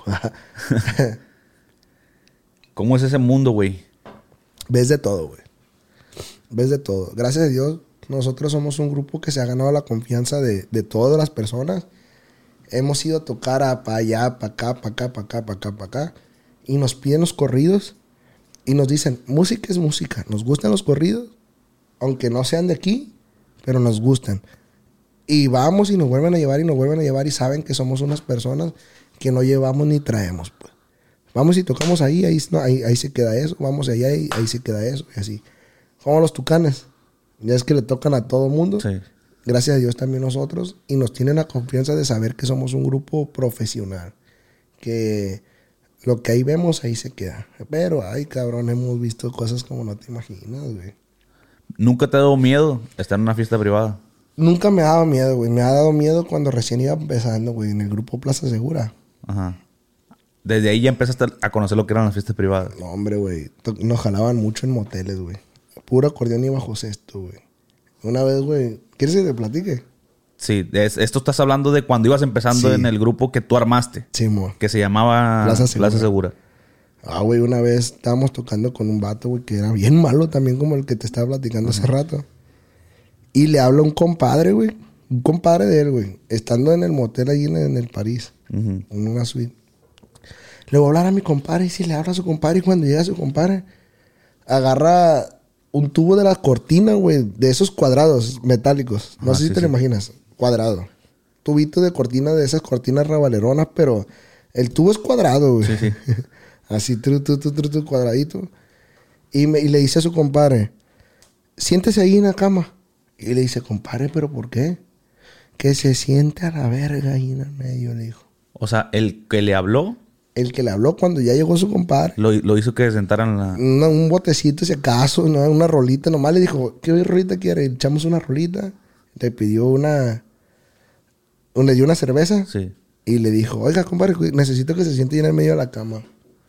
Speaker 4: ¿Cómo es ese mundo, güey?
Speaker 3: Ves de todo, güey. Ves de todo. Gracias a Dios, Nosotros somos un grupo que se ha ganado la confianza de, de todas las personas. Hemos ido a tocar a para allá, para acá, para acá, para acá, para acá, para acá. Y nos piden los corridos y nos dicen, música es música. Nos gustan los corridos, aunque no sean de aquí, pero nos gustan. Y vamos y nos vuelven a llevar y nos vuelven a llevar y saben que somos unas personas que no llevamos ni traemos, pues. Vamos y tocamos ahí, ahí, no, ahí, ahí se queda eso. Vamos allá y ahí se queda eso. Y así. Como los Tucanes. Ya es que le tocan a todo mundo.
Speaker 4: Sí.
Speaker 3: Gracias a Dios también nosotros. Y nos tienen la confianza de saber que somos un grupo profesional. Que lo que ahí vemos, ahí se queda. Pero, ay, cabrón, hemos visto cosas como no te imaginas, güey.
Speaker 4: ¿Nunca te ha dado miedo estar en una fiesta privada?
Speaker 3: Nunca me ha dado miedo, güey. Me ha dado miedo cuando recién iba empezando, güey, en el grupo Plaza Segura.
Speaker 4: Ajá. Desde ahí ya empezaste a conocer lo que eran las fiestas privadas.
Speaker 3: No, hombre, güey. Nos jalaban mucho en moteles, güey. Puro acordeón y bajo sexto, güey. Una vez, güey... ¿Quieres que te platique?
Speaker 4: Sí. Es, esto estás hablando de cuando ibas empezando
Speaker 3: Sí.
Speaker 4: en el grupo que tú armaste.
Speaker 3: Sí, mo.
Speaker 4: Que se llamaba
Speaker 3: Plaza Segura.
Speaker 4: Plaza Segura.
Speaker 3: Ah, güey, una vez estábamos tocando con un vato, güey, que era bien malo también, como el que te estaba platicando hace rato. Y le habla un compadre, güey. Un compadre de él, güey. Estando en el motel ahí en, en el París.
Speaker 4: Uh-huh.
Speaker 3: En una suite. Le voy a hablar a mi compadre. Y si le habla a su compadre. Y cuando llega su compadre, agarra un tubo de la cortina, güey. De esos cuadrados metálicos. No
Speaker 4: Ah,
Speaker 3: sé si
Speaker 4: sí,
Speaker 3: te
Speaker 4: sí.
Speaker 3: lo imaginas. Cuadrado. Tubito de cortina de esas cortinas rabaleronas. Pero el tubo es cuadrado, güey.
Speaker 4: Sí, sí.
Speaker 3: Así, tru, tru, tru, tru, tru, cuadradito. Y, me, y le dice a su compadre, siéntese ahí en la cama. Y le dice, compadre, ¿pero por qué? Que se siente a la verga ahí en el medio, le dijo.
Speaker 4: O sea, el que le habló
Speaker 3: El que le habló cuando ya llegó su compadre.
Speaker 4: lo, lo hizo que se sentaran en la...
Speaker 3: Una- un botecito, si acaso, ¿no? Una rolita. Nomás le dijo, ¿qué rolita quiere? Y le echamos una rolita. Le pidió una... Le dio una cerveza.
Speaker 4: Sí.
Speaker 3: Y le dijo, oiga, compadre, necesito que se siente ahí en el medio de la cama.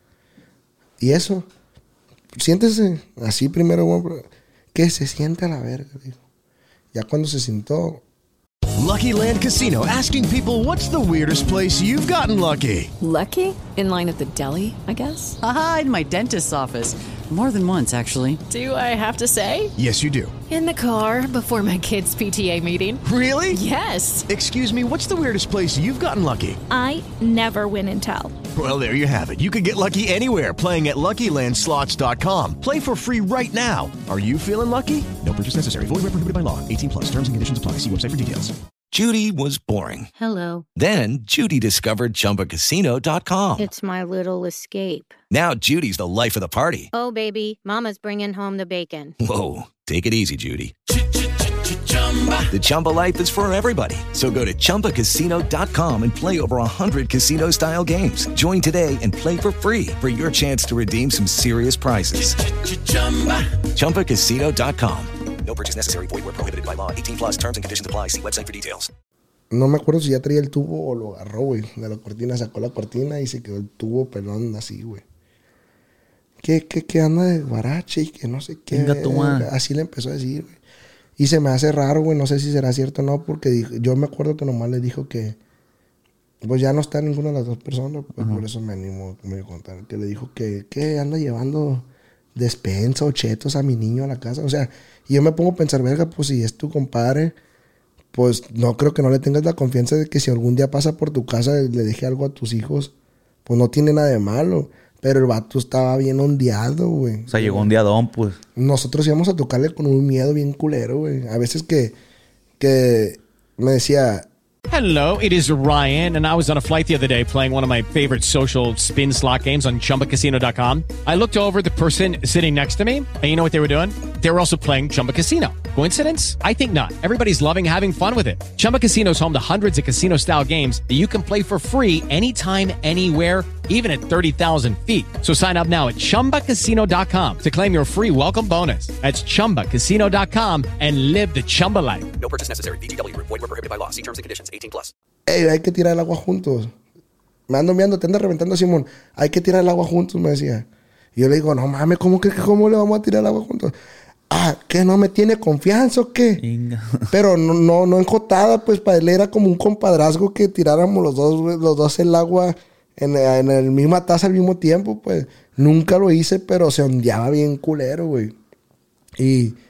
Speaker 3: Y eso. Siéntese así primero, güey. Que se siente a la verga, dijo. Ya cuando se sentó...
Speaker 8: Lucky Land Casino, asking people, what's the weirdest place you've gotten lucky?
Speaker 9: Lucky? In line at the deli, I guess?
Speaker 10: Aha, in my dentist's office. More than once, actually.
Speaker 9: Do I have to say?
Speaker 8: Yes, you do.
Speaker 11: In the car before my kids' P T A meeting.
Speaker 8: Really?
Speaker 11: Yes.
Speaker 8: Excuse me, what's the weirdest place you've gotten lucky?
Speaker 12: I never win and tell.
Speaker 8: Well, there you have it. You can get lucky anywhere, playing at Lucky Land Slots dot com. Play for free right now. Are you feeling lucky? No purchase necessary. Void where prohibited by law. eighteen plus. Terms and conditions apply. See website for details.
Speaker 13: Judy was boring.
Speaker 12: Hello.
Speaker 13: Then Judy discovered Chumba Casino dot com.
Speaker 12: It's my little escape.
Speaker 13: Now Judy's the life of the party.
Speaker 12: Oh, baby, mama's bringing home the bacon.
Speaker 13: Whoa, take it easy, Judy. The Chumba life is for everybody. So go to Chumba Casino dot com and play over one hundred casino-style games. Join today and play for free for your chance to redeem some serious prizes. Chumba Casino dot com.
Speaker 7: No purchase necessary. Void where prohibited by law. eighteen plus terms and conditions apply. See website for details.
Speaker 3: No me acuerdo si ya traía el tubo o lo agarró, güey. De la cortina, sacó la cortina y se quedó el tubo pelón así, güey. Que, que, que anda de barache y que no sé qué.
Speaker 4: Venga, tu madre.
Speaker 3: Así le empezó a decir, güey. Y se me hace raro, güey. No sé si será cierto o no, porque dijo, yo me acuerdo que nomás le dijo que... Pues ya no está ninguna de las dos personas, pues por eso me animo a contar. Que le dijo que, que anda llevando despensa o chetos a mi niño a la casa. O sea, y yo me pongo a pensar, verga, pues si es tu compadre, pues no creo que no le tengas la confianza de que si algún día pasa por tu casa y le deje algo a tus hijos, pues no tiene nada de malo. Pero el vato estaba bien ondeado, güey.
Speaker 4: O sea, llegó un diadón, pues.
Speaker 3: Nosotros íbamos a tocarle con un miedo bien culero, güey. A veces que, que me decía...
Speaker 6: Hello, it is Ryan, and I was on a flight the other day playing one of my favorite social spin slot games on Chumba Casino dot com. I looked over at the person sitting next to me, and you know what they were doing? They were also playing Chumba Casino. Coincidence? I think not. Everybody's loving having fun with it. Chumba Casino is home to hundreds of casino-style games that you can play for free anytime, anywhere, even at thirty thousand feet. So sign up now at Chumba Casino dot com to claim your free welcome bonus. That's Chumba Casino dot com and live the Chumba life.
Speaker 7: No purchase necessary. V G W. Void where prohibited by law. See terms and conditions. eighteen plus.
Speaker 3: Ey, hay que tirar el agua juntos. Me ando meando, te anda reventando, Simón. Hay que tirar el agua juntos, me decía. Y yo le digo, no mames, ¿cómo que cómo le vamos a tirar el agua juntos? Ah, ¿que no me tiene confianza o qué?
Speaker 4: Inga.
Speaker 3: Pero no, no, no enjotada, pues para él era como un compadrazgo que tiráramos los dos, güey, los dos el agua en, en la misma taza al mismo tiempo, pues. Nunca lo hice, pero se ondeaba bien culero, güey. Y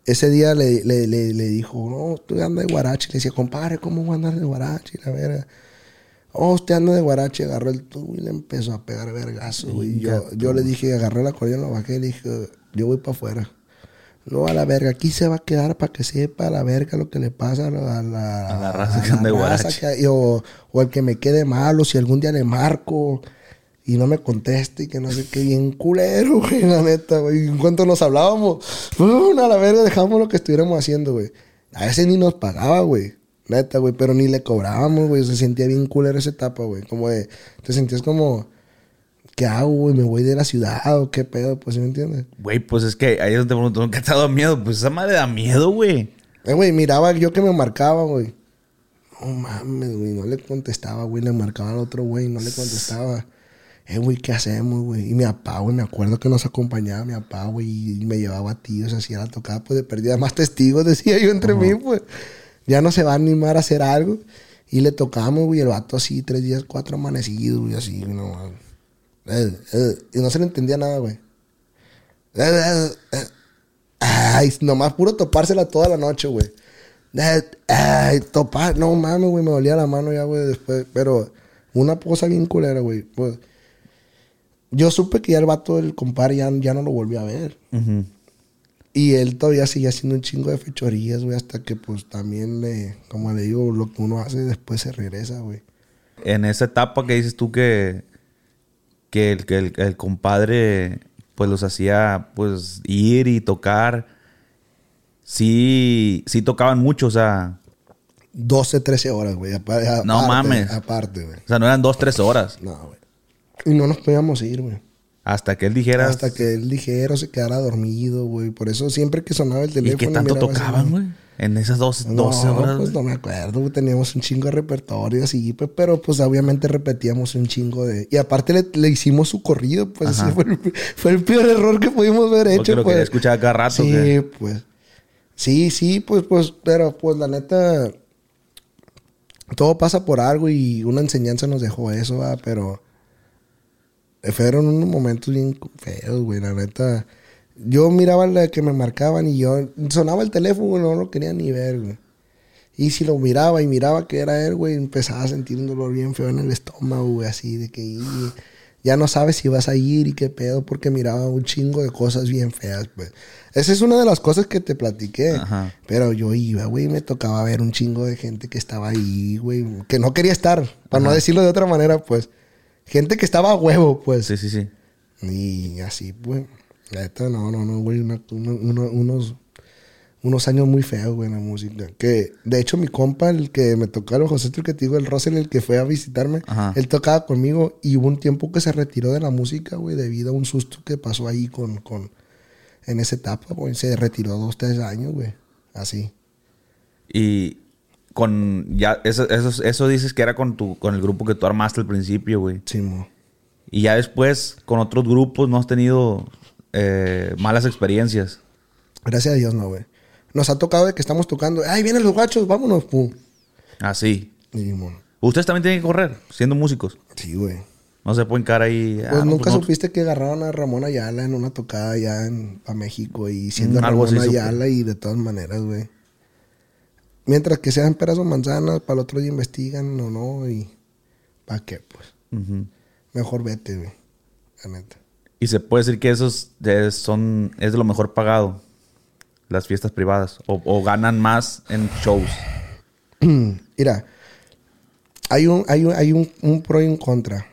Speaker 3: ese día le, le, le, le dijo, no, tú andas de guarache. Le decía, compadre, ¿cómo voy a andar de guarache? La verga. Oh, usted anda de guarache. Agarró el tubo y le empezó a pegar vergazo, güey. Yo, yo le dije, agarré la acordeón, lo bajé y le dije, yo voy para afuera. No, a la verga, aquí se va a quedar para que sepa a la verga lo que le pasa a la, a la,
Speaker 4: a la raza que
Speaker 3: a
Speaker 4: anda de
Speaker 3: raza
Speaker 4: guarache.
Speaker 3: que- o, o el que me quede malo, si algún día le marco y no me conteste y que no sé qué, bien culero, güey, la neta, güey. En cuanto nos hablábamos, ¡pum! A la verga dejamos lo que estuviéramos haciendo, güey. A veces ni nos pagaba, güey. Neta, güey, pero ni le cobrábamos, güey. Se sentía bien culero esa etapa, güey. Como de, te sentías como, ¿qué hago, güey? ¿Me voy de la ciudad o qué pedo? Pues, ¿sí me entiendes?
Speaker 4: Güey, pues es que ahí es donde te pregunto, ¿qué te ha dado miedo? Pues esa madre da miedo, güey.
Speaker 3: Eh, güey, miraba yo que me marcaba, güey. No mames, güey, no le contestaba, güey. Le marcaba al otro güey, no le contestaba. Eh, güey, ¿qué hacemos, güey? Y mi papá, güey, me acuerdo que nos acompañaba mi papá, güey, y me llevaba a tíos, así a la tocada, pues de perdida. Más testigos, decía yo entre mí, pues. Ya no se va a animar a hacer algo. Y le tocamos, güey, el vato así, tres días, cuatro amanecidos, güey, así, no mames. Eh, eh, y no se le entendía nada, güey. Eh, eh, eh. Ay, nomás puro topársela toda la noche, güey. Eh, Ay, topar, no mames, güey, me dolía la mano ya, güey, después. Pero una cosa bien culera, güey. Pues, yo supe que ya el vato del compadre ya, ya no lo volví a ver.
Speaker 4: Uh-huh.
Speaker 3: Y él todavía sigue haciendo un chingo de fechorías, güey, hasta que pues también, le, como le digo, lo que uno hace después se regresa, güey.
Speaker 4: En esa etapa que dices tú que, que, el, que el, el compadre pues los hacía pues ir y tocar, sí, sí tocaban mucho, o sea...
Speaker 3: doce, trece horas, güey. Aparte,
Speaker 4: no mames.
Speaker 3: Aparte, güey.
Speaker 4: O sea, no eran dos, tres horas.
Speaker 3: No, güey. Y no nos podíamos ir, güey.
Speaker 4: Hasta que él dijera...
Speaker 3: Hasta que él dijera o se quedara dormido, güey. Por eso siempre que sonaba el teléfono...
Speaker 4: ¿Y qué tanto
Speaker 3: miraba así,
Speaker 4: tocaban, güey? En esas doce, doce
Speaker 3: no,
Speaker 4: horas.
Speaker 3: Pues no me acuerdo, güey. Teníamos un chingo de repertorio así, pues, pero pues obviamente repetíamos un chingo de... Y aparte le, le hicimos su corrido, pues así fue el, fue el peor error que pudimos haber hecho,
Speaker 4: porque lo
Speaker 3: pues.
Speaker 4: quería escuchar cada rato.
Speaker 3: Sí,
Speaker 4: ¿qué?
Speaker 3: pues. Sí, sí, pues, pues, pero pues la neta... Todo pasa por algo y una enseñanza nos dejó eso, ¿verdad? Pero... Fueron unos momentos bien feos, güey, la neta. Yo miraba la que me marcaban y yo... Sonaba el teléfono y no lo quería ni ver, güey. Y si lo miraba y miraba que era él, güey, empezaba a sentir un dolor bien feo en el estómago, güey, así de que... Y ya no sabes si vas a ir y qué pedo, porque miraba un chingo de cosas bien feas, pues. Esa es una de las cosas que te platiqué.
Speaker 4: Ajá.
Speaker 3: Pero yo iba, güey, y me tocaba ver un chingo de gente que estaba ahí, güey, que no quería estar, para
Speaker 4: Ajá.
Speaker 3: no decirlo de otra manera, pues. Gente que estaba a huevo, pues.
Speaker 4: Sí, sí, sí.
Speaker 3: Y así, pues. La neta, no, no, no, güey. Una, una, una, unos, unos años muy feos, güey, en la música. Que, de hecho, mi compa, el que me tocaba, el José, el que te digo, el Russell, el que fue a visitarme,
Speaker 4: Ajá.
Speaker 3: él tocaba conmigo y hubo un tiempo que se retiró de la música, güey, debido a un susto que pasó ahí con, con en esa etapa, güey. Se retiró dos, tres años, güey. Así.
Speaker 4: Y con ya eso, eso, eso dices que era con tu con el grupo que tú armaste al principio, güey.
Speaker 3: Sí, mo.
Speaker 4: Y ya después con otros grupos no has tenido eh, malas experiencias.
Speaker 3: Gracias a Dios, no, güey. Nos ha tocado de que estamos tocando. ¡Ay, vienen los guachos! ¡Vámonos! ¡Pum!
Speaker 4: Así.
Speaker 3: Y, bueno.
Speaker 4: Ustedes también tienen que correr, siendo músicos.
Speaker 3: Sí, güey.
Speaker 4: No se pueden quedar ahí.
Speaker 3: Pues
Speaker 4: ah,
Speaker 3: nunca
Speaker 4: no,
Speaker 3: supiste que agarraron a Ramón Ayala en una tocada allá en, a México y siendo
Speaker 4: Mm, algo
Speaker 3: Ramón
Speaker 4: así supe.
Speaker 3: Ayala y de todas maneras, güey. Mientras que sean peras o manzanas, para el otro día investigan o no y... ¿Para qué, pues?
Speaker 4: Uh-huh.
Speaker 3: Mejor vete, güey. La neta.
Speaker 4: Y se puede decir que esos de, son es de lo mejor pagado, las fiestas privadas, o, o ganan más en shows.
Speaker 3: Mira, hay un, hay un, hay un, un pro y un contra.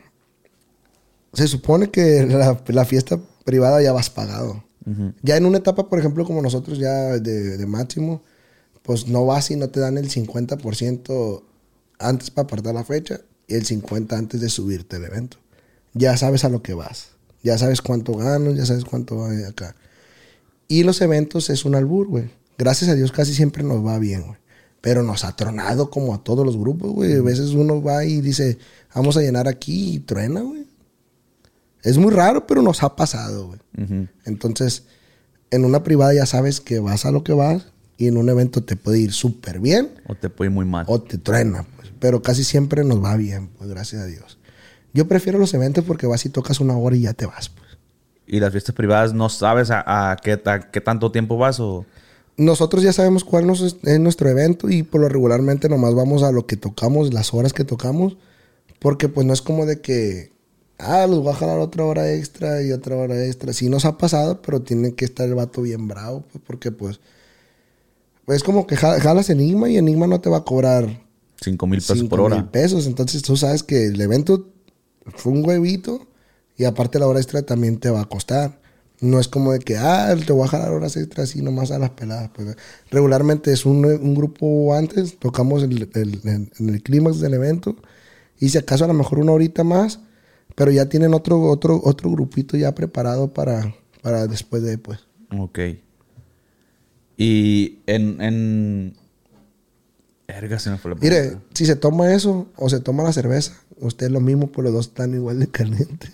Speaker 3: Se supone que la, la fiesta privada ya vas pagado.
Speaker 4: Uh-huh.
Speaker 3: Ya en una etapa, por ejemplo, como nosotros ya de, de máximo, pues no vas y no te dan el cincuenta por ciento antes para apartar la fecha y el cincuenta por ciento antes de subirte el evento. Ya sabes a lo que vas. Ya sabes cuánto ganas, ya sabes cuánto va acá. Y los eventos es un albur, güey. Gracias a Dios casi siempre nos va bien, güey. Pero nos ha tronado como a todos los grupos, güey. A veces uno va y dice, vamos a llenar aquí y truena, güey. Es muy raro, pero nos ha pasado, güey.
Speaker 4: Uh-huh.
Speaker 3: Entonces, en una privada ya sabes que vas a lo que vas y en un evento te puede ir súper bien.
Speaker 4: O te puede ir muy mal.
Speaker 3: O te truena, pues. Pero casi siempre nos va bien, pues, gracias a Dios. Yo prefiero los eventos porque vas y tocas una hora y ya te vas, pues.
Speaker 4: ¿Y las fiestas privadas no sabes a, a, qué, a qué tanto tiempo vas o...?
Speaker 3: nosotros ya sabemos cuál nos es, es nuestro evento y por lo regularmente nomás vamos a lo que tocamos, las horas que tocamos, porque pues no es como de que, ah, los voy a jalar otra hora extra y otra hora extra. Sí nos ha pasado, pero tiene que estar el vato bien bravo, pues, porque pues, pues es como que jalas Enigma y Enigma no te va a cobrar
Speaker 14: cinco mil pesos por hora.
Speaker 3: cinco mil pesos, entonces tú sabes que el evento fue un huevito y aparte la hora extra también te va a costar. No es como de que, ah, te voy a jalar horas extras y nomás a las peladas. Pues, regularmente es un, un grupo antes, tocamos el, el, el, en el clímax del evento y si acaso a lo mejor una horita más, pero ya tienen otro otro otro grupito ya preparado para, para después de, pues.
Speaker 14: Ok. Y en... en... Erga, se me fue la pregunta.
Speaker 3: Mire, si se toma eso o se toma la cerveza, usted es lo mismo, pues los dos están igual de calientes.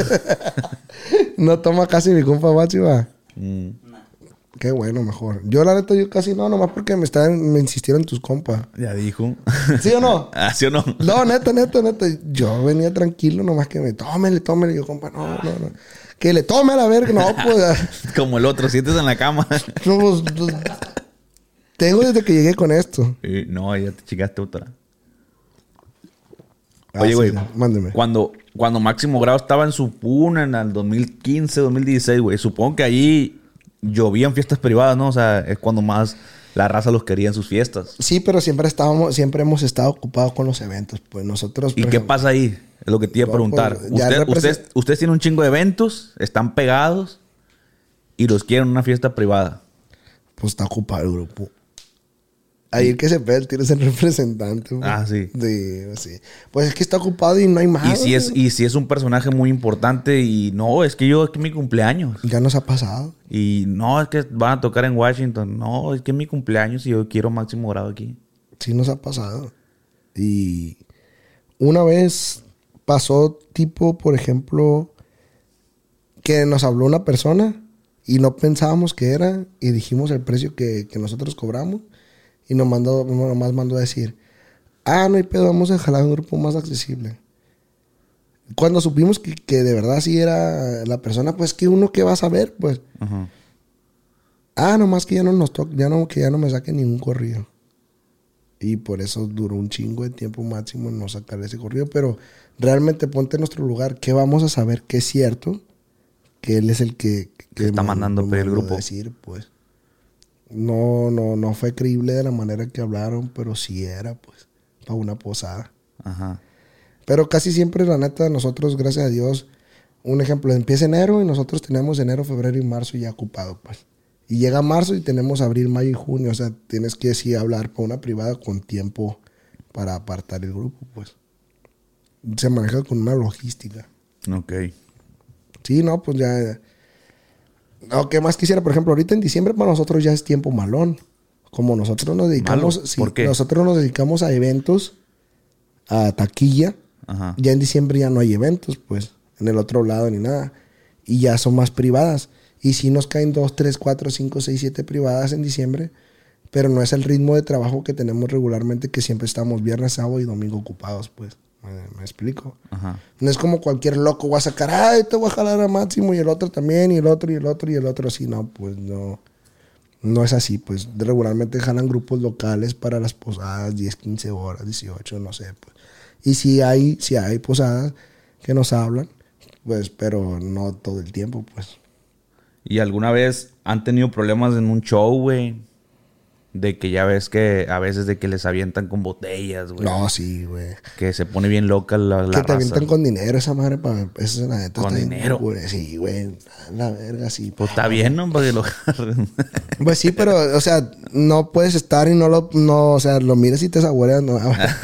Speaker 3: No toma casi mi compa Bachi, va. Mm. Qué bueno, mejor. Yo la neta, yo casi no, nomás porque me estaban, me insistieron tus compas.
Speaker 14: Ya dijo.
Speaker 3: ¿Sí o no?
Speaker 14: ¿Ah, sí o no?
Speaker 3: No, neta, neta, neta. Yo venía tranquilo, nomás que me tómele, tómele. Yo, compa, no, no, no. Que le tome a la verga, no, pues.
Speaker 14: Como el otro, sientes en la cama.
Speaker 3: No, pues, pues, tengo desde que llegué con esto.
Speaker 14: Eh, no, ya te chingaste otra. Oye, güey,
Speaker 3: ah, sí, mándeme.
Speaker 14: Cuando, cuando Máximo Grado estaba en su puna en el dos mil quince, dos mil dieciséis, güey, supongo que ahí llovían fiestas privadas, ¿no? O sea, es cuando más la raza los quería en sus fiestas.
Speaker 3: Sí, pero siempre estábamos, siempre hemos estado ocupados con los eventos, pues nosotros...
Speaker 14: ¿Y qué ejemplo, pasa ahí? Es lo que te iba a preguntar.
Speaker 3: Pues,
Speaker 14: Usted,
Speaker 3: represent...
Speaker 14: ustedes, ustedes tienen un chingo de eventos, están pegados y los quieren en una fiesta privada.
Speaker 3: Pues está ocupado el grupo. Ahí el que se ve, tienes el representante. Güey.
Speaker 14: Ah, sí.
Speaker 3: sí. Sí. Pues es que está ocupado y no hay más.
Speaker 14: Y si, es, y si es un personaje muy importante y no, es que yo, es que es mi cumpleaños.
Speaker 3: Ya nos ha pasado.
Speaker 14: Y no, es que van a tocar en Washington. No, es que es mi cumpleaños y yo quiero Máximo Grado aquí.
Speaker 3: Sí nos ha pasado. Y una vez pasó tipo, por ejemplo, que nos habló una persona y no pensábamos que era y dijimos el precio que, que nosotros cobramos. Y nos mandó, nomás mandó a decir, ah, no hay pedo, vamos a jalar un grupo más accesible. Cuando supimos que, que de verdad sí era la persona, pues que uno que va a saber, pues. Uh-huh. Ah, nomás que ya no nos toca, ya no, que ya no me saquen ningún corrido. Y por eso duró un chingo de tiempo máximo en no sacar ese corrido. Pero realmente ponte en nuestro lugar, que vamos a saber que es cierto, que él es el que, que
Speaker 14: está me, mandando me el grupo.
Speaker 3: Decir, pues. No, no, no fue creíble de la manera que hablaron, pero sí era, pues, para una posada.
Speaker 14: Ajá.
Speaker 3: Pero casi siempre, la neta, nosotros, gracias a Dios, un ejemplo, empieza enero y nosotros tenemos enero, febrero y marzo ya ocupado, pues. Y llega marzo y tenemos abril, mayo y junio. O sea, tienes que sí hablar para una privada con tiempo para apartar el grupo, pues. Se maneja con una logística.
Speaker 14: Ok.
Speaker 3: Sí, no, pues ya... No, ¿qué más quisiera? Por ejemplo, ahorita en diciembre para nosotros ya es tiempo malón. Como nosotros nos dedicamos...
Speaker 14: ¿Malo? ¿Por
Speaker 3: sí,
Speaker 14: qué?
Speaker 3: Nosotros nos dedicamos a eventos, a taquilla.
Speaker 14: Ajá.
Speaker 3: Ya en diciembre ya no hay eventos, pues. En el otro lado ni nada. Y ya son más privadas. Y sí nos caen dos, tres, cuatro, cinco, seis, siete privadas en diciembre. Pero no es el ritmo de trabajo que tenemos regularmente, que siempre estamos viernes, sábado y domingo ocupados, pues. ¿Me, me explico?
Speaker 14: Ajá.
Speaker 3: No es como cualquier loco va a sacar, ay, te voy a jalar a Máximo y el otro también, y el otro, y el otro, y el otro. Así, no, pues no. No es así, pues. Regularmente jalan grupos locales para las posadas, diez, quince horas, dieciocho, no sé, pues. Y si hay, si hay posadas que nos hablan, pues, pero no todo el tiempo, pues.
Speaker 14: ¿Y alguna vez han tenido problemas en un show, güey? De que ya ves que a veces de que les avientan con botellas, güey.
Speaker 3: No, sí, güey.
Speaker 14: Que se pone bien loca la, la
Speaker 3: que te
Speaker 14: raza.
Speaker 3: Avientan con dinero esa madre para... Esa es la neta.
Speaker 14: ¿Con dinero?
Speaker 3: Bien, sí, güey. La verga, sí.
Speaker 14: Pues está bien, ¿no? Para que lo agarren.
Speaker 3: Pues sí, pero, o sea, no puedes estar y no lo... No, o sea, lo miras y te saboreas. No,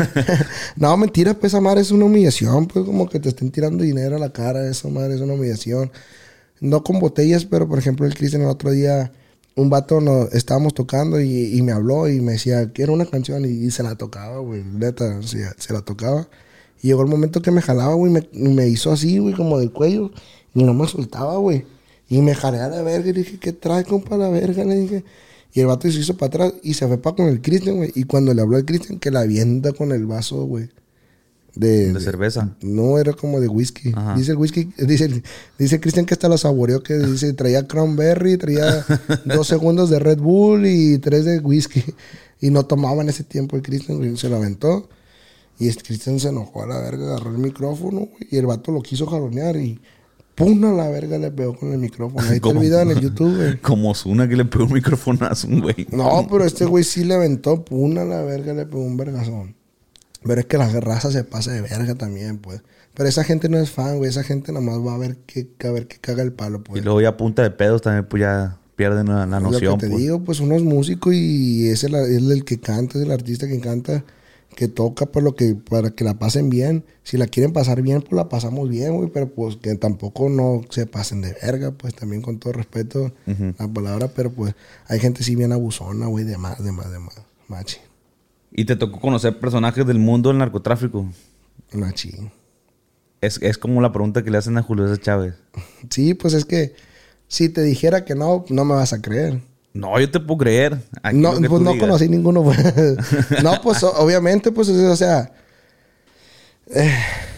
Speaker 3: no, mentira, pues esa madre es una humillación. Pues como que te estén tirando dinero a la cara. Esa madre es una humillación. No con botellas, pero por ejemplo el Cristian el otro día... Un vato, no, estábamos tocando y, y me habló y me decía, quiero una canción, y, y se la tocaba, güey, neta, o sea, se la tocaba. Y llegó el momento que me jalaba, güey, me, me hizo así, güey, como del cuello, y no me soltaba, güey. Y me jalé a la verga y dije, ¿qué trae, compa, la verga? Le dije. Y el vato se hizo para atrás y se fue para con el Cristian, güey. Y cuando le habló al Cristian, que la avienta con el vaso, güey. De,
Speaker 14: de cerveza.
Speaker 3: No, era como de whisky. Ajá. Dice el whisky, dice, dice Cristian que hasta lo saboreó, que dice, traía cranberry, traía dos segundos de Red Bull y tres de whisky. Y no tomaba en ese tiempo el Cristian, se lo aventó. Y el Cristian se enojó a la verga, agarró el micrófono, güey, y el vato lo quiso jalonear y ¡pum! A la verga le pegó con el micrófono. Ahí está el video en el YouTube, güey.
Speaker 14: Como Ozuna que le pegó un microfonazo a un güey.
Speaker 3: No, pero este güey sí le aventó, ¡pum! A la verga le pegó un vergazón. Pero es que la raza se pasa de verga también, pues. Pero esa gente no es fan, güey. Esa gente nada más va a ver que, a ver que caga el palo, pues.
Speaker 14: Y luego ya a punta de pedos también, pues ya pierden la, la noción.
Speaker 3: Lo que te
Speaker 14: pues.
Speaker 3: digo, pues uno es músico y es el, es el que canta, es el artista que canta, que toca, pues lo que, para que la pasen bien. Si la quieren pasar bien, pues la pasamos bien, güey. Pero pues que tampoco no se pasen de verga, pues también con todo respeto uh-huh. la palabra. Pero pues hay gente sí bien abusona, güey, de más, de más, de más. Machi.
Speaker 14: ¿Y te tocó conocer personajes del mundo del narcotráfico?
Speaker 3: Machín.
Speaker 14: Es, es como la pregunta que le hacen a Julio César Chávez.
Speaker 3: Sí, pues es que si te dijera que no, no me vas a creer.
Speaker 14: No, yo te puedo creer. Aquí
Speaker 3: no, pues no digas. Conocí ninguno. Pues. No, pues obviamente, pues, o sea... Eh,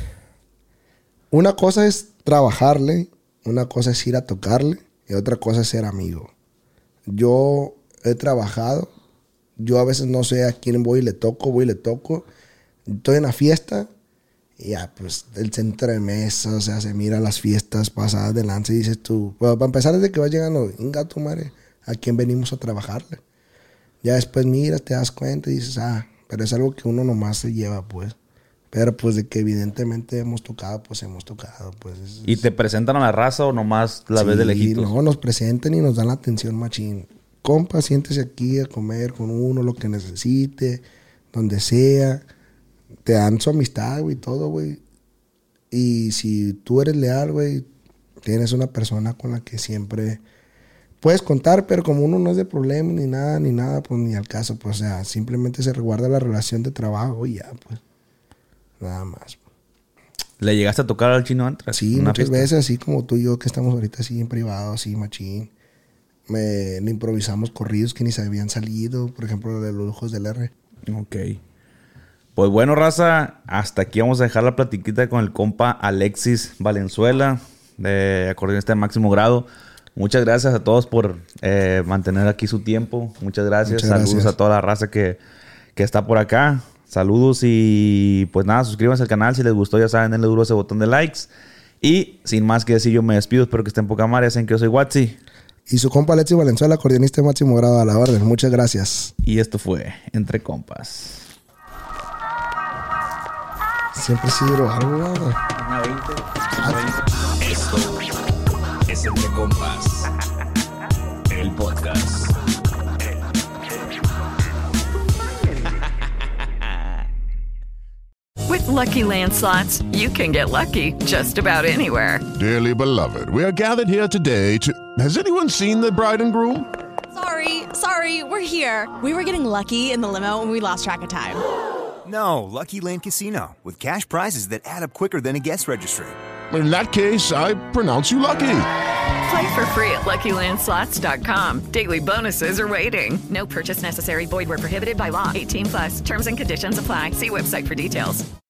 Speaker 3: una cosa es trabajarle, una cosa es ir a tocarle y otra cosa es ser amigo. Yo he trabajado... Yo a veces no sé a quién voy y le toco, voy y le toco. Estoy en la fiesta y ya, pues, el centro de mesa, o sea, se mira las fiestas pasadas de lanza y dices tú, bueno, para empezar desde que vas llegando, inga tu madre, ¿a quién venimos a trabajarle? Ya después miras, te das cuenta y dices, ah, pero es algo que uno nomás se lleva, pues. Pero pues de que evidentemente hemos tocado, pues hemos tocado, pues. Es,
Speaker 14: ¿Y te presentan a la raza o nomás la sí, ves de lejitos?
Speaker 3: No, nos presentan y nos dan la atención machín. Compa, siéntese aquí a comer con uno, lo que necesite, donde sea. Te dan su amistad, güey, todo, güey. Y si tú eres leal, güey, tienes una persona con la que siempre puedes contar, pero como uno no es de problema ni nada, ni nada, pues ni al caso, pues, o sea, simplemente se resguarda la relación de trabajo y ya, pues, nada más.
Speaker 14: ¿Le llegaste a tocar al Chino antes?
Speaker 3: Sí, muchas fiesta? veces, así como tú y yo que estamos ahorita así en privado, así, machín. Me, le improvisamos corridos que ni se habían salido, por ejemplo, de los Lujos del R.
Speaker 14: Ok. Pues bueno, raza, hasta aquí vamos a dejar la platiquita con el compa Alexis Valenzuela, de acordeonista de máximo grado. Muchas gracias a todos por eh, mantener aquí su tiempo. Muchas gracias. Muchas Saludos gracias. a toda la raza que, que está por acá. Saludos y pues nada, suscríbanse al canal. Si les gustó, ya saben, denle duro a ese botón de likes. Y sin más que decir, yo me despido. Espero que estén poca madre. Ya saben que yo soy Watsi.
Speaker 3: Y su compa Alexis Valenzuela, acordeonista de máximo grado, a la orden. Muchas gracias.
Speaker 14: Y esto fue Entre Compas.
Speaker 3: Siempre sirvo algo, ¿no?
Speaker 14: Una veinte.
Speaker 13: Esto es Entre Compas. El podcast.
Speaker 15: With Lucky Land Slots, you can get lucky just about anywhere.
Speaker 16: Dearly beloved, we are gathered here today to... Has anyone seen the bride and groom?
Speaker 17: Sorry, sorry, we're here. We were getting lucky in the limo and we lost track of time.
Speaker 18: No, Lucky Land Casino, with cash prizes that add up quicker than a guest registry.
Speaker 16: In that case, I pronounce you lucky.
Speaker 15: Play for free at Lucky Land Slots dot com. Daily bonuses are waiting. No purchase necessary. Void where prohibited by law. eighteen plus. Terms and conditions apply. See website for details.